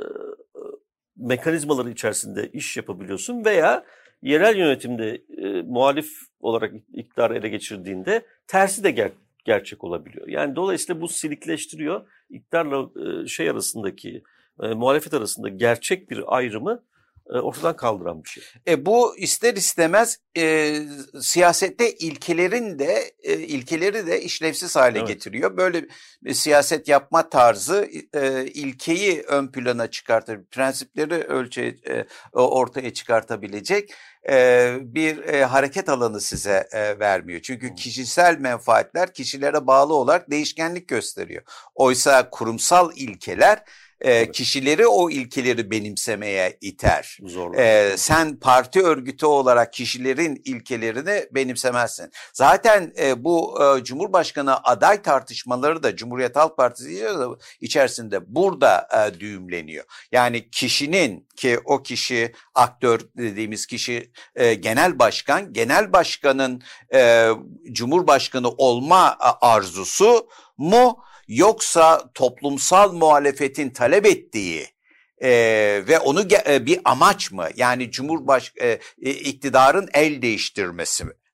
mekanizmaları içerisinde iş yapabiliyorsun veya yerel yönetimde e, muhalif olarak iktidarı ele geçirdiğinde tersi de ger- gerçek olabiliyor. Yani dolayısıyla bu silikleştiriyor. İktidarla e, şey arasındaki, e, muhalefet arasında gerçek bir ayrımı ortadan kaldıran bir şey. E bu ister istemez e, siyasette ilkelerin de e, ilkeleri de işlevsiz hale evet. getiriyor. Böyle bir siyaset yapma tarzı e, ilkeyi ön plana çıkartır, prensipleri ölçe e, ortaya çıkartabilecek e, bir e, hareket alanı size e, vermiyor. Çünkü kişisel menfaatler kişilere bağlı olarak değişkenlik gösteriyor. Oysa kurumsal ilkeler E, kişileri o ilkeleri benimsemeye iter. E, sen parti örgütü olarak kişilerin ilkelerini benimsemezsin. Zaten e, bu e, Cumhurbaşkanı aday tartışmaları da Cumhuriyet Halk Partisi içerisinde burada e, düğümleniyor. Yani kişinin, ki o kişi aktör dediğimiz kişi e, genel başkan, genel başkanın e, Cumhurbaşkanı olma arzusu mu? Yoksa toplumsal muhalefetin talep ettiği e, ve onu ge- bir amaç mı? Yani Cumhurbaş e, iktidarın el değiştirmesi mi?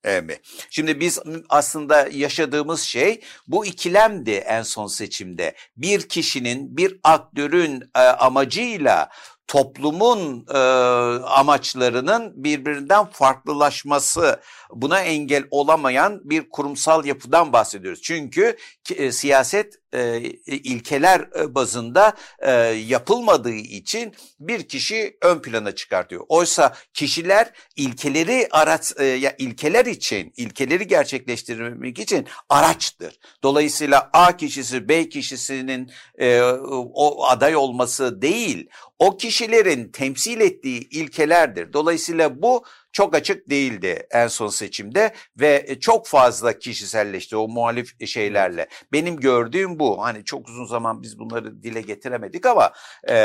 mi? Şimdi biz aslında yaşadığımız şey bu ikilemdi en son seçimde. Bir kişinin, bir aktörün e, amacıyla toplumun e, amaçlarının birbirinden farklılaşması, buna engel olamayan bir kurumsal yapıdan bahsediyoruz. Çünkü e, siyaset e, ilkeler bazında e, yapılmadığı için bir kişi ön plana çıkartıyor. Oysa kişiler ilkeleri araç e, ya ilkeler için, ilkeleri gerçekleştirmek için araçtır. Dolayısıyla A kişisi B kişisinin e, o aday olması değil, o kişilerin temsil ettiği ilkelerdir. Dolayısıyla bu çok açık değildi en son seçimde ve çok fazla kişiselleşti o muhalif şeylerle. Benim gördüğüm bu. Hani çok uzun zaman biz bunları dile getiremedik ama e,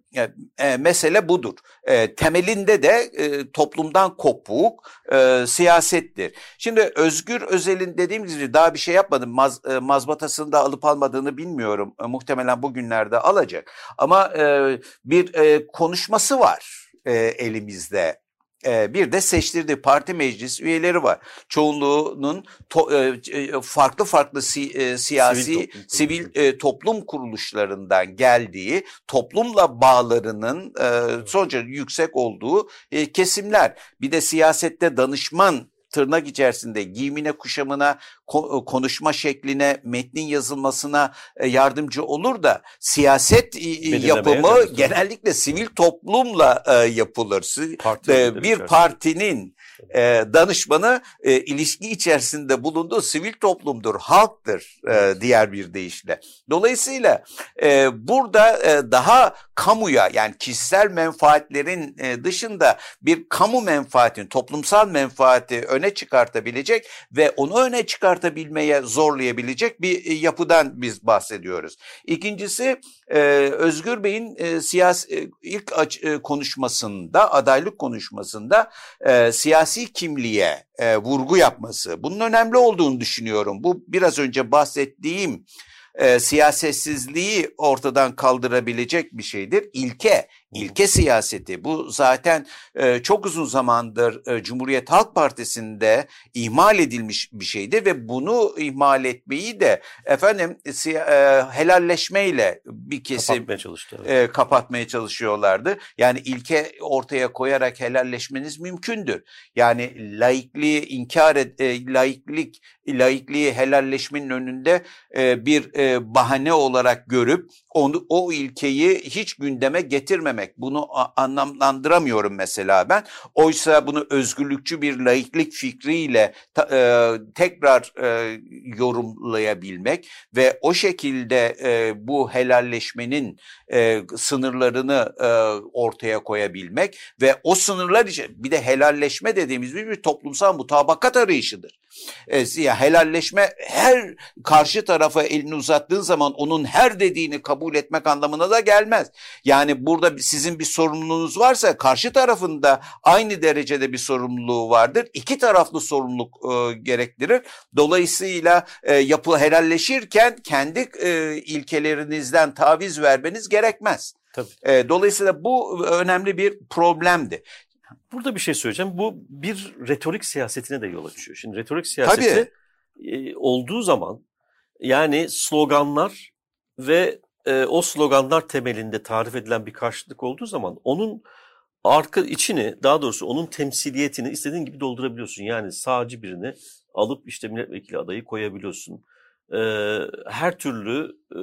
e, mesele budur. E, temelinde de e, toplumdan kopuk e, siyasettir. Şimdi Özgür Özel'in dediğim gibi daha bir şey yapmadım. Maz, e, mazbatasını da alıp almadığını bilmiyorum. E, muhtemelen bugünlerde alacak. Ama e, bir e, konuşması var e, elimizde. Bir de seçtirdiği parti meclis üyeleri var. Çoğunluğunun to, e, farklı farklı si, e, siyasi, sivil toplum, sivil e, toplum kuruluşlarından geldiği, toplumla bağlarının e, sonuçta yüksek olduğu e, kesimler. Bir de siyasette danışman, tırnak içerisinde giyimine, kuşamına, konuşma şekline, metnin yazılmasına yardımcı olur da siyaset Belirlemeye yapımı tabii. genellikle sivil toplumla yapılır. Parti bir partinin e, danışmanı e, ilişki içerisinde bulunduğu sivil toplumdur, halktır e, diğer bir deyişle. Dolayısıyla e, burada e, daha kamuya, yani kişisel menfaatlerin e, dışında bir kamu menfaatin, toplumsal menfaati öne çıkartabilecek ve onu öne çıkartabilmeye zorlayabilecek bir e, yapıdan biz bahsediyoruz. İkincisi e, Özgür Bey'in e, siyasi e, ilk aç, e, konuşmasında, adaylık konuşmasında e, siyasi kimliğe e, vurgu yapması. Bunun önemli olduğunu düşünüyorum. Bu biraz önce bahsettiğim e, siyasetsizliği ortadan kaldırabilecek bir şeydir. İlke, ilke siyaseti. Bu zaten e, çok uzun zamandır e, Cumhuriyet Halk Partisi'nde ihmal edilmiş bir şeydi ve bunu ihmal etmeyi de efendim e, helalleşmeyle bir kesim kapatmaya, çalıştı, evet. e, kapatmaya çalışıyorlardı. Yani ilke ortaya koyarak helalleşmeniz mümkündür. Yani laikliği inkar et, e, laiklik laikliği helalleşmenin önünde e, bir e, bahane olarak görüp onu, o ilkeyi hiç gündeme getirmemek. Bunu anlamlandıramıyorum mesela ben. Oysa bunu özgürlükçü bir laiklik fikriyle ta, e, tekrar e, yorumlayabilmek ve o şekilde e, bu helalleşmenin e, sınırlarını e, ortaya koyabilmek ve o sınırlar için bir de helalleşme dediğimiz bir, bir toplumsal mutabakat arayışıdır. E, ya helalleşme her karşı tarafa elini uzattığın zaman onun her dediğini kabul etmek anlamına da gelmez. Yani burada sizin bir sorumluluğunuz varsa karşı tarafında aynı derecede bir sorumluluğu vardır. İki taraflı sorumluluk e, gerektirir. Dolayısıyla e, yapı helalleşirken kendi e, ilkelerinizden taviz vermeniz gerekmez. Tabii. E, dolayısıyla bu önemli bir problemdi. Burada bir şey söyleyeceğim. Bu bir retorik siyasetine de yol açıyor. Şimdi retorik siyaseti e, olduğu zaman yani sloganlar ve e, o sloganlar temelinde tarif edilen bir karşıtlık olduğu zaman onun arka içini, daha doğrusu onun temsiliyetini istediğin gibi doldurabiliyorsun. Yani sağcı birini alıp işte milletvekili adayı koyabiliyorsun. E, her türlü e,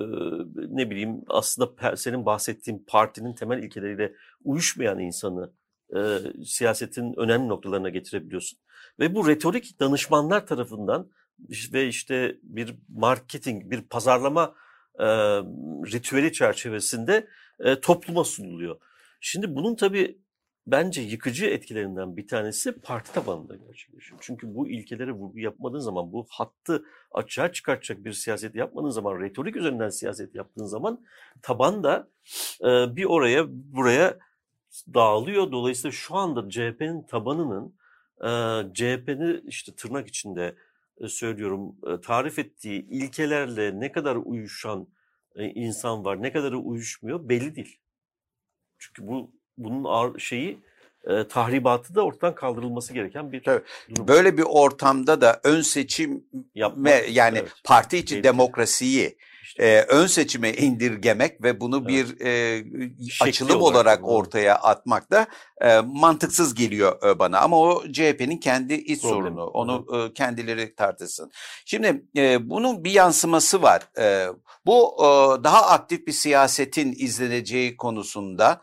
ne bileyim aslında senin bahsettiğin partinin temel ilkeleriyle uyuşmayan insanı E, siyasetin önemli noktalarına getirebiliyorsun. Ve bu retorik danışmanlar tarafından ve işte bir marketing, bir pazarlama e, ritüeli çerçevesinde e, topluma sunuluyor. Şimdi bunun tabii bence yıkıcı etkilerinden bir tanesi parti tabanında gerçekleşiyor. Çünkü bu ilkelere vurgu yapmadığın zaman, bu hattı açığa çıkartacak bir siyaset yapmadığın zaman, retorik üzerinden siyaset yaptığın zaman taban da e, bir oraya buraya dağılıyor. Dolayısıyla şu anda C H P'nin tabanının e, C H P'nin işte tırnak içinde e, söylüyorum e, tarif ettiği ilkelerle ne kadar uyuşan e, insan var, ne kadarı uyuşmuyor belli değil. Çünkü bu bunun ağır şeyi e, tahribatı da ortadan kaldırılması gereken bir Tabii. durum. Böyle bir ortamda da ön seçim Yapmak, ve yani evet, parti içi evet, demokrasiyi işte, e, ön seçime indirgemek ve bunu evet, bir e, şekli açılım olarak, olarak olarak ortaya atmak da e, mantıksız geliyor e, bana. Ama o C H P'nin kendi iç Problem. sorunu. Onu e, kendileri tartışsın. Şimdi e, bunun bir yansıması var. E, bu e, daha aktif bir siyasetin izleneceği konusunda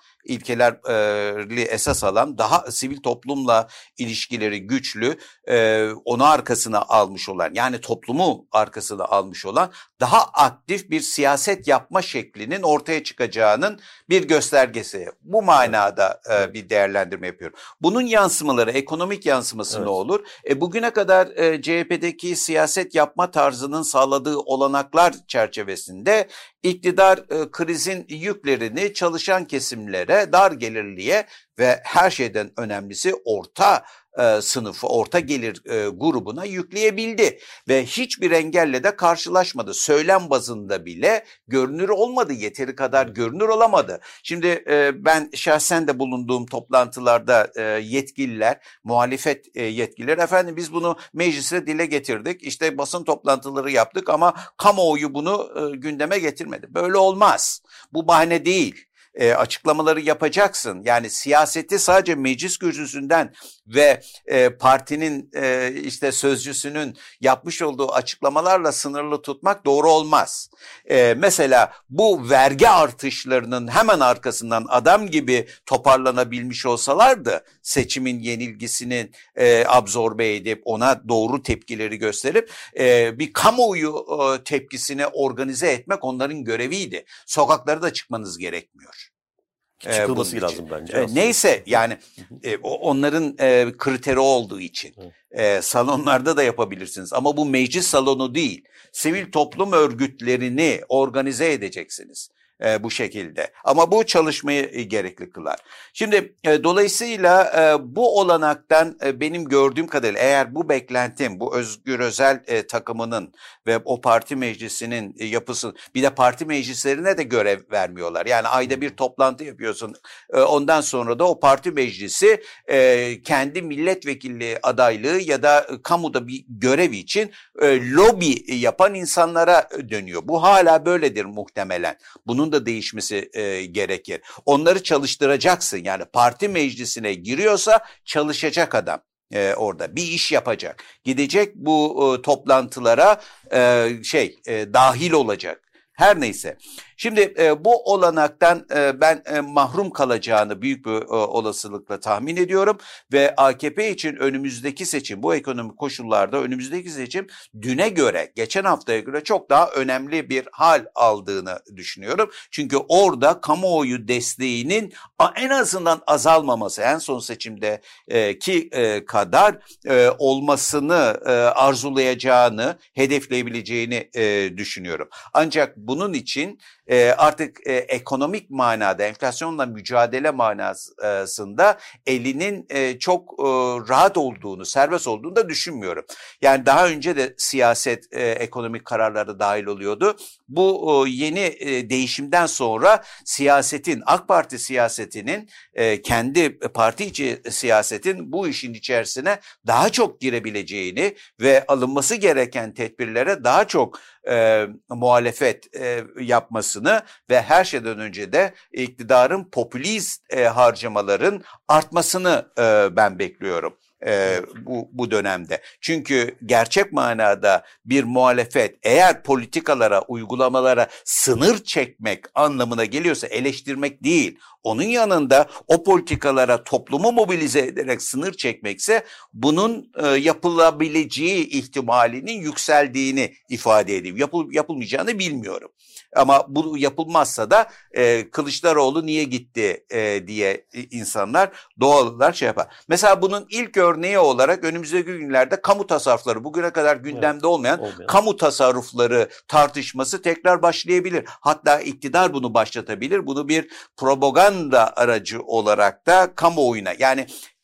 ilkeleri esas alan, daha sivil toplumla ilişkileri güçlü, e, onu arkasına almış olan, yani toplumu arkasına almış olan daha aktif bir siyaset yapma şeklinin ortaya çıkacağının bir göstergesi. Bu manada evet. e, bir değerlendirme yapıyorum. Bunun yansımaları, ekonomik yansıması Evet. ne olur? E, bugüne kadar e, C H P'deki siyaset yapma tarzının sağladığı olanaklar çerçevesinde iktidar e, krizin yüklerini çalışan kesimlere, dar gelirliye ve her şeyden önemlisi orta e, sınıfı, orta gelir e, grubuna yükleyebildi ve hiçbir engelle de karşılaşmadı. Söylem bazında bile görünür olmadı, yeteri kadar görünür olamadı. Şimdi e, ben şahsen de bulunduğum toplantılarda e, yetkililer, muhalefet e, yetkililer, efendim biz bunu meclise dile getirdik, işte basın toplantıları yaptık ama kamuoyu bunu e, gündeme getirmedi. Böyle olmaz. Bu bahane değil. E, açıklamaları yapacaksın. Yani siyaseti sadece meclis kürsüsünden ve e, partinin e, işte sözcüsünün yapmış olduğu açıklamalarla sınırlı tutmak doğru olmaz. E, mesela bu vergi artışlarının hemen arkasından adam gibi toparlanabilmiş olsalardı, seçimin yenilgisini e, absorbe edip ona doğru tepkileri gösterip e, bir kamuoyu e, tepkisini organize etmek onların göreviydi. Sokaklara da çıkmanız gerekmiyor. Çıkılması lazım bence. E, neyse yani e, onların e, kriteri olduğu için e, salonlarda da yapabilirsiniz ama bu meclis salonu değil. Sivil toplum örgütlerini organize edeceksiniz e, bu şekilde. Ama bu çalışmayı e, gerekli kılar. Şimdi e, dolayısıyla e, bu olanaktan e, benim gördüğüm kadarıyla eğer bu beklentim, bu Özgür Özel e, takımının ve o parti meclisinin e, yapısı, bir de parti meclislerine de görev vermiyorlar. Yani ayda bir toplantı yapıyorsun. E, ondan sonra da o parti meclisi e, kendi milletvekilliği adaylığı ya da e, kamuda bir görev için e, lobi yapan insanlara dönüyor. Bu hala böyledir muhtemelen. Bunun da değişmesi e, gerekir. Onları çalıştıracaksın. Yani parti meclisine giriyorsa çalışacak adam. Ee, orada bir iş yapacak. Gidecek bu e, toplantılara e, şey e, dahil olacak. Her neyse. Şimdi e, bu olanaktan e, ben e, mahrum kalacağını büyük bir e, olasılıkla tahmin ediyorum ve A K P için önümüzdeki seçim, bu ekonomik koşullarda önümüzdeki seçim düne göre, geçen haftaya göre çok daha önemli bir hal aldığını düşünüyorum. Çünkü orada kamuoyu desteğinin en azından azalmaması, en son seçimde e, ki e, kadar e, olmasını e, arzulayacağını, hedefleyebileceğini e, düşünüyorum. Ancak bunun için e, artık e, ekonomik manada, enflasyonla mücadele manasında elinin e, çok e, rahat olduğunu, serbest olduğunu da düşünmüyorum. Yani daha önce de siyaset e, ekonomik kararları dahil oluyordu. Bu e, yeni e, değişimden sonra siyasetin, AK Parti siyasetinin, e, kendi parti içi siyasetin bu işin içerisine daha çok girebileceğini ve alınması gereken tedbirlere daha çok e, muhalefet e, yapmasını ve her şeyden önce de iktidarın popülist e, harcamaların artmasını e, ben bekliyorum. Ee, bu, bu dönemde. Çünkü gerçek manada bir muhalefet eğer politikalara, uygulamalara sınır çekmek anlamına geliyorsa, eleştirmek değil, onun yanında o politikalara toplumu mobilize ederek sınır çekmekse bunun e, yapılabileceği ihtimalinin yükseldiğini ifade ediyor. Yapıl, yapılmayacağını bilmiyorum. Ama bu yapılmazsa da e, Kılıçdaroğlu niye gitti e, diye insanlar doğal olarak şey yapar. Mesela bunun ilk örneği olarak önümüzdeki günlerde kamu tasarrufları, bugüne kadar gündemde evet, olmayan, olmayan kamu tasarrufları tartışması tekrar başlayabilir. Hatta iktidar bunu başlatabilir. Bunu bir propaganda aracı olarak da kamuoyuna, yani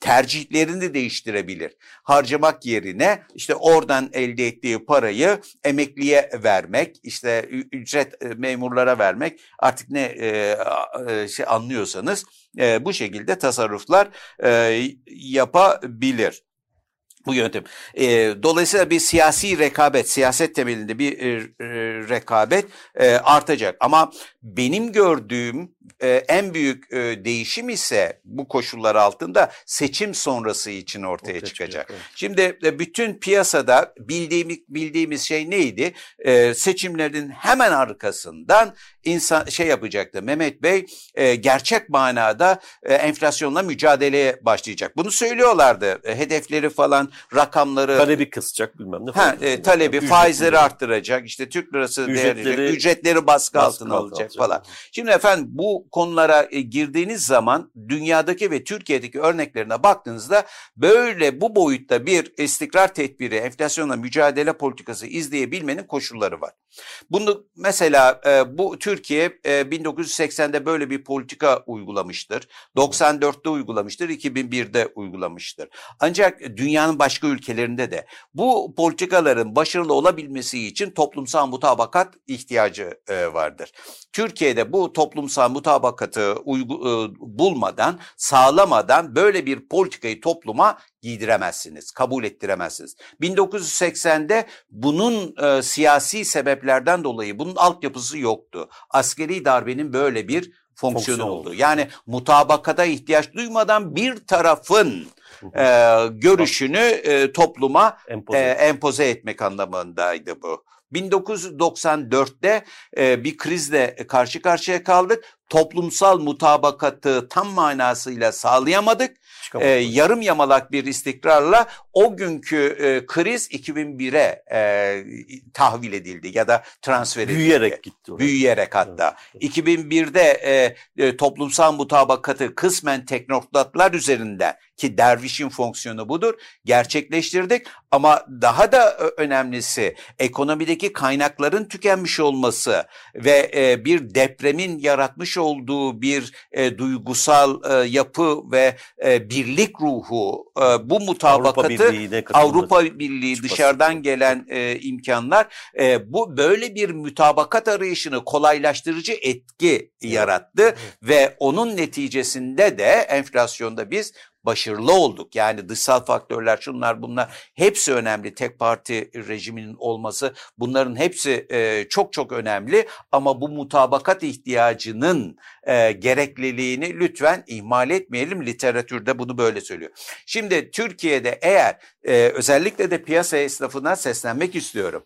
tercihlerini değiştirebilir. Harcamak yerine işte oradan elde ettiği parayı emekliye vermek, işte ücret memurlara vermek, artık ne e, şey anlıyorsanız e, bu şekilde tasarruflar e, yapabilir. Bu yöntem. E, dolayısıyla bir siyasi rekabet, siyaset temelinde bir e, e, rekabet e, artacak. Ama benim gördüğüm e, en büyük e, değişim ise bu koşullar altında seçim sonrası için ortaya, ortaya çıkacak. çıkacak evet. Şimdi e, bütün piyasada bildiğimiz bildiğimiz şey neydi? E, seçimlerin hemen arkasından insan şey yapacaktı. Mehmet Bey e, gerçek manada e, enflasyonla mücadeleye başlayacak. Bunu söylüyorlardı. E, hedefleri falan, rakamları, talebi kısacak bilmem ne falan. Ha, e, talebi, ücretleri, faizleri arttıracak, işte Türk lirası ücretleri, değeri, ücretleri baskı, baskı altına alacak, alacak falan. Şimdi efendim bu konulara e, girdiğiniz zaman dünyadaki ve Türkiye'deki örneklerine baktığınızda böyle bu boyutta bir istikrar tedbiri, enflasyonla mücadele politikası izleyebilmenin koşulları var. Bunu mesela e, bu Türkiye e, bin dokuz yüz seksende böyle bir politika uygulamıştır. doksan dörtte uygulamıştır, iki bin birde uygulamıştır. Ancak dünyanın başka ülkelerinde de bu politikaların başarılı olabilmesi için toplumsal mutabakat ihtiyacı e, vardır. Türkiye'de bu toplumsal mutabakatı uygu, e, bulmadan, sağlamadan böyle bir politikayı topluma giydiremezsiniz, kabul ettiremezsiniz. bin dokuz yüz seksende bunun e, siyasi sebeplerden dolayı bunun altyapısı yoktu. Askeri darbenin böyle bir fonksiyonu Fonksiyon oldu. oldu. Yani mutabakata ihtiyaç duymadan bir tarafın e, görüşünü e, topluma empoze. E, empoze etmek anlamındaydı bu. bin dokuz yüz doksan dörtte e, bir krizle karşı karşıya kaldık. Toplumsal mutabakatı tam manasıyla sağlayamadık. E, yarım yamalak bir istikrarla o günkü e, kriz iki bin bire e, tahvil edildi ya da transfer edildi. Büyüyerek gitti. Oraya. Büyüyerek hatta. Evet. iki bin birde e, e, toplumsal mutabakatı kısmen teknokratlar üzerinden, ki dervişin fonksiyonu budur, gerçekleştirdik. Ama daha da önemlisi ekonomideki kaynakların tükenmiş olması ve e, bir depremin yaratmış olduğu bir e, duygusal e, yapı ve e, birlik ruhu, e, bu mutabakatı Avrupa, Avrupa Birliği dışarıdan gelen e, imkanlar e, bu böyle bir mutabakat arayışını kolaylaştırıcı etki evet. yarattı evet. ve onun neticesinde de enflasyonda biz başarılı olduk. Yani dışsal faktörler, şunlar bunlar hepsi önemli. Tek parti rejiminin olması, bunların hepsi e, çok çok önemli. Ama bu mutabakat ihtiyacının e, gerekliliğini lütfen ihmal etmeyelim. Literatürde bunu böyle söylüyor. Şimdi Türkiye'de eğer e, özellikle de piyasa esnafına seslenmek istiyorum.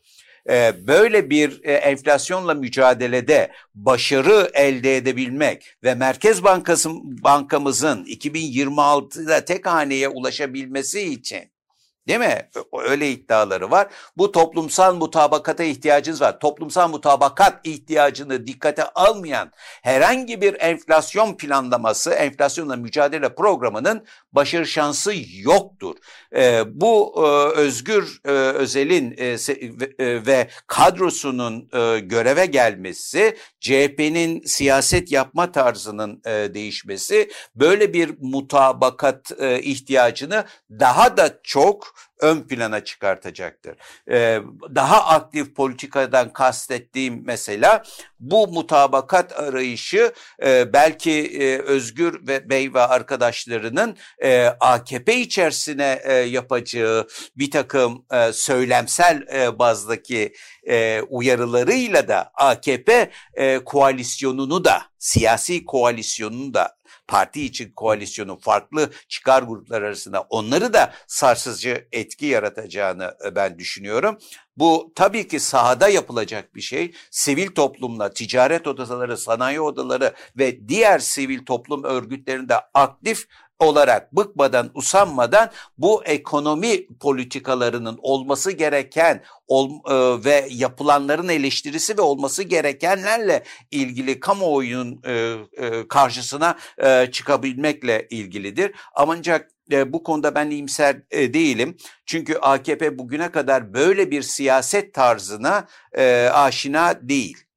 Böyle bir enflasyonla mücadelede başarı elde edebilmek ve Merkez Bankası bankamızın iki bin yirmi altıda tek haneye ulaşabilmesi için, değil mi? Öyle iddiaları var. Bu toplumsal mutabakata ihtiyacınız var. Toplumsal mutabakat ihtiyacını dikkate almayan herhangi bir enflasyon planlaması, enflasyonla mücadele programının başarı şansı yoktur. Ee, bu e, Özgür e, Özel'in e, se, e, ve kadrosunun e, göreve gelmesi, C H P'nin siyaset yapma tarzının e, değişmesi, böyle bir mutabakat e, ihtiyacını daha da çok ön plana çıkartacaktır. Ee, daha aktif politikadan kastettiğim mesela bu mutabakat arayışı e, belki e, Özgür ve Bey ve arkadaşlarının e, A K P içerisine e, yapacağı bir takım e, söylemsel e, bazdaki e, uyarılarıyla da A K P e, koalisyonunu da, siyasi koalisyonunu da, parti için koalisyonu, farklı çıkar gruplar arasında onları da sarsıcı etki yaratacağını ben düşünüyorum. Bu tabii ki sahada yapılacak bir şey. Sivil toplumla, ticaret odaları, sanayi odaları ve diğer sivil toplum örgütlerinde aktif olarak bıkmadan, usanmadan bu ekonomi politikalarının olması gereken ol, e, ve yapılanların eleştirisi ve olması gerekenlerle ilgili kamuoyunun e, e, karşısına e, çıkabilmekle ilgilidir. Ancak e, bu konuda ben iyimser e, değilim. Çünkü A K P bugüne kadar böyle bir siyaset tarzına e, aşina değil.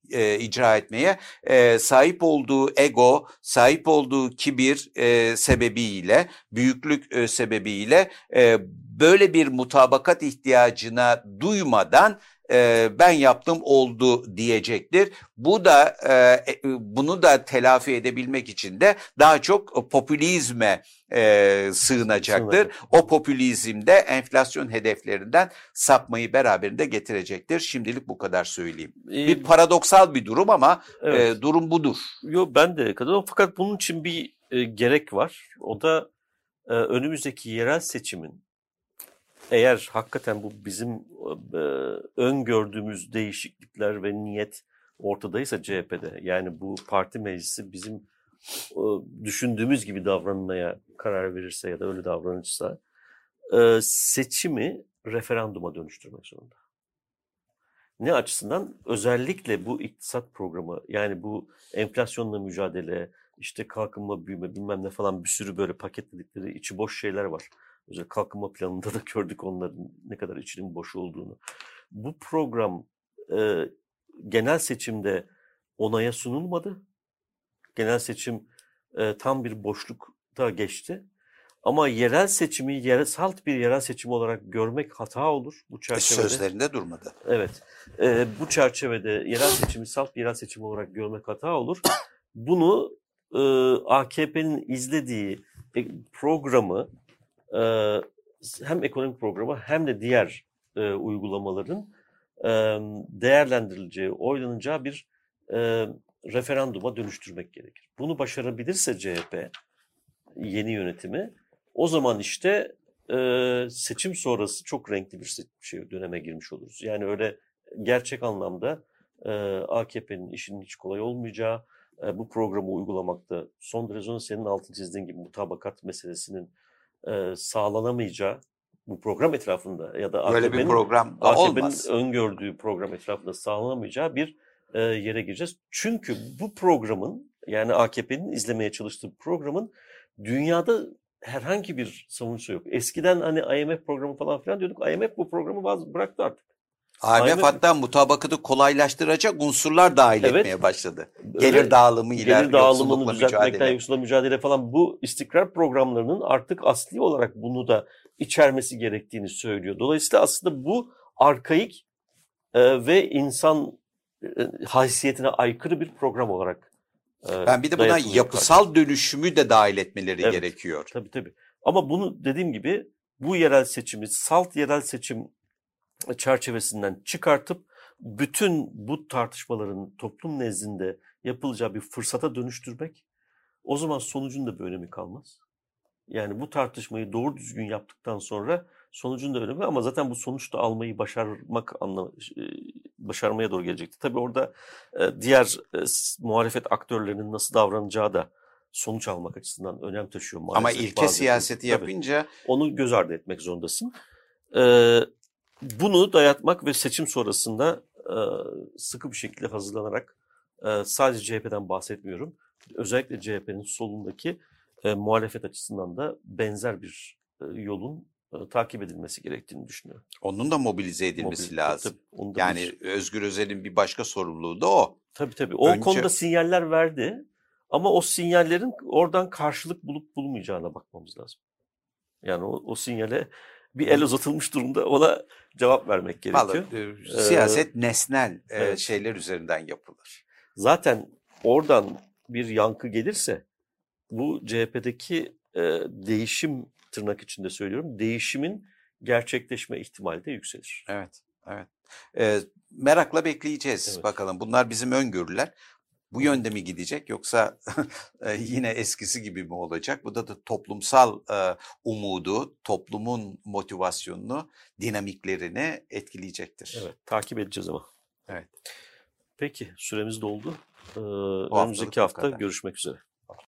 e, icra etmeye e, sahip olduğu ego, sahip olduğu kibir e, sebebiyle, büyüklük e, sebebiyle e, böyle bir mutabakat ihtiyacına duymadan e, ben yaptım oldu diyecektir. Bu da e, bunu da telafi edebilmek için de daha çok popülizme e, sığınacaktır. Sığınacak. O popülizmde enflasyon hedeflerinden sapmayı beraberinde getirecektir. Şimdilik bu kadar söyleyeyim. Ee, Bir paradoksal bir durum ama evet. e, durum budur. Yo, ben de katılıyorum. Fakat bunun için bir e, gerek var. O da e, önümüzdeki yerel seçimin, eğer hakikaten bu bizim e, öngördüğümüz değişiklikler ve niyet ortadaysa C H P'de, yani bu parti meclisi bizim e, düşündüğümüz gibi davranmaya karar verirse ya da öyle davranırsa e, seçimi referanduma dönüştürmek zorunda. Ne açısından? Özellikle bu iktisat programı, yani bu enflasyonla mücadele, işte kalkınma, büyüme, bilmem ne falan, bir sürü böyle paketledikleri içi boş şeyler var. Özellikle kalkınma planında da gördük onların ne kadar içinin boş olduğunu. Bu program e, genel seçimde onaya sunulmadı. Genel seçim e, tam bir boşlukta geçti. Ama yerel seçimi yerel, salt bir yerel seçim olarak görmek hata olur bu çerçevede. Sözlerinde durmadı. Evet. E, bu çerçevede yerel seçimi salt bir yerel seçim olarak görmek hata olur. Bunu e, A K P'nin izlediği programı, e, hem ekonomik programı hem de diğer e, uygulamaların e, değerlendirileceği, oylanacağı bir e, referanduma dönüştürmek gerekir. Bunu başarabilirse C H P yeni yönetimi, o zaman işte e, seçim sonrası çok renkli bir şey döneme girmiş oluruz. Yani öyle gerçek anlamda e, A K P'nin işinin hiç kolay olmayacağı, e, bu programı uygulamakta son derece senin altını çizdiğin gibi mutabakat meselesinin e, sağlanamayacağı, bu program etrafında ya da böyle A K P'nin, bir program da A K P'nin olmaz. öngördüğü program etrafında sağlanamayacağı bir e, yere gireceğiz. Çünkü bu programın, yani A K P'nin izlemeye çalıştığı programın dünyada herhangi bir savunucusu yok. Eskiden hani I M F programı falan filan diyorduk. I M F bu programı bazı bıraktı artık. I M F I M F hatta mutabakatı kolaylaştıracak unsurlar dahil Evet. etmeye başladı. Öyle Gelir dağılımıyla, gelir dağılımını yoksullukla düzeltmekten, mücadele. yoksulla mücadele falan, bu istikrar programlarının artık asli olarak bunu da içermesi gerektiğini söylüyor. Dolayısıyla aslında bu arkaik e, ve insan e, haysiyetine aykırı bir program olarak e, Ben bir de buna dayatılıyor yapısal karşımıza. dönüşümü de dahil etmeleri Evet. gerekiyor. Tabii tabii. Ama bunu dediğim gibi bu yerel seçimi salt yerel seçim çerçevesinden çıkartıp bütün bu tartışmaların toplum nezdinde yapılacağı bir fırsata dönüştürmek, o zaman sonucun da bir önemi kalmaz. Yani bu tartışmayı doğru düzgün yaptıktan sonra sonucun da önemi, ama zaten bu sonuçta almayı başarmak anlamı, başarmaya doğru gelecekti. Tabii orada diğer muhalefet aktörlerinin nasıl davranacağı da sonuç almak açısından önem taşıyor maalesef. Ama ilke Bazı siyaseti tabii, yapınca onu göz ardı etmek zorundasın. Ee, bunu dayatmak ve seçim sonrasında e, sıkı bir şekilde hazırlanarak, e, sadece C H P'den bahsetmiyorum, özellikle C H P'nin solundaki e, muhalefet açısından da benzer bir e, yolun e, takip edilmesi gerektiğini düşünüyorum. onun da mobilize edilmesi Mobil, lazım. tabii, tabii, da yani bir, Özgür Özel'in bir başka sorumluluğu da o. Tabii tabii. O Önce... konuda sinyaller verdi, ama o sinyallerin oradan karşılık bulup bulmayacağına bakmamız lazım. Yani o, o sinyale bir el uzatılmış durumda, ona cevap vermek gerekiyor. Vallahi, e, siyaset ee, nesnel e, evet. şeyler üzerinden yapılır. Zaten oradan bir yankı gelirse bu C H P'deki e, değişim, tırnak içinde söylüyorum, değişimin gerçekleşme ihtimali de yükselir. Evet, evet. E, merakla bekleyeceğiz Evet. bakalım. Bunlar bizim öngörüler. Bu yönde mi gidecek, yoksa yine eskisi gibi mi olacak? Bu da, da toplumsal e, umudu, toplumun motivasyonunu, dinamiklerini etkileyecektir. Evet, takip edeceğiz ama. Evet. Peki, süremiz doldu. Ee, Bu önümüzdeki hafta kadar. görüşmek üzere.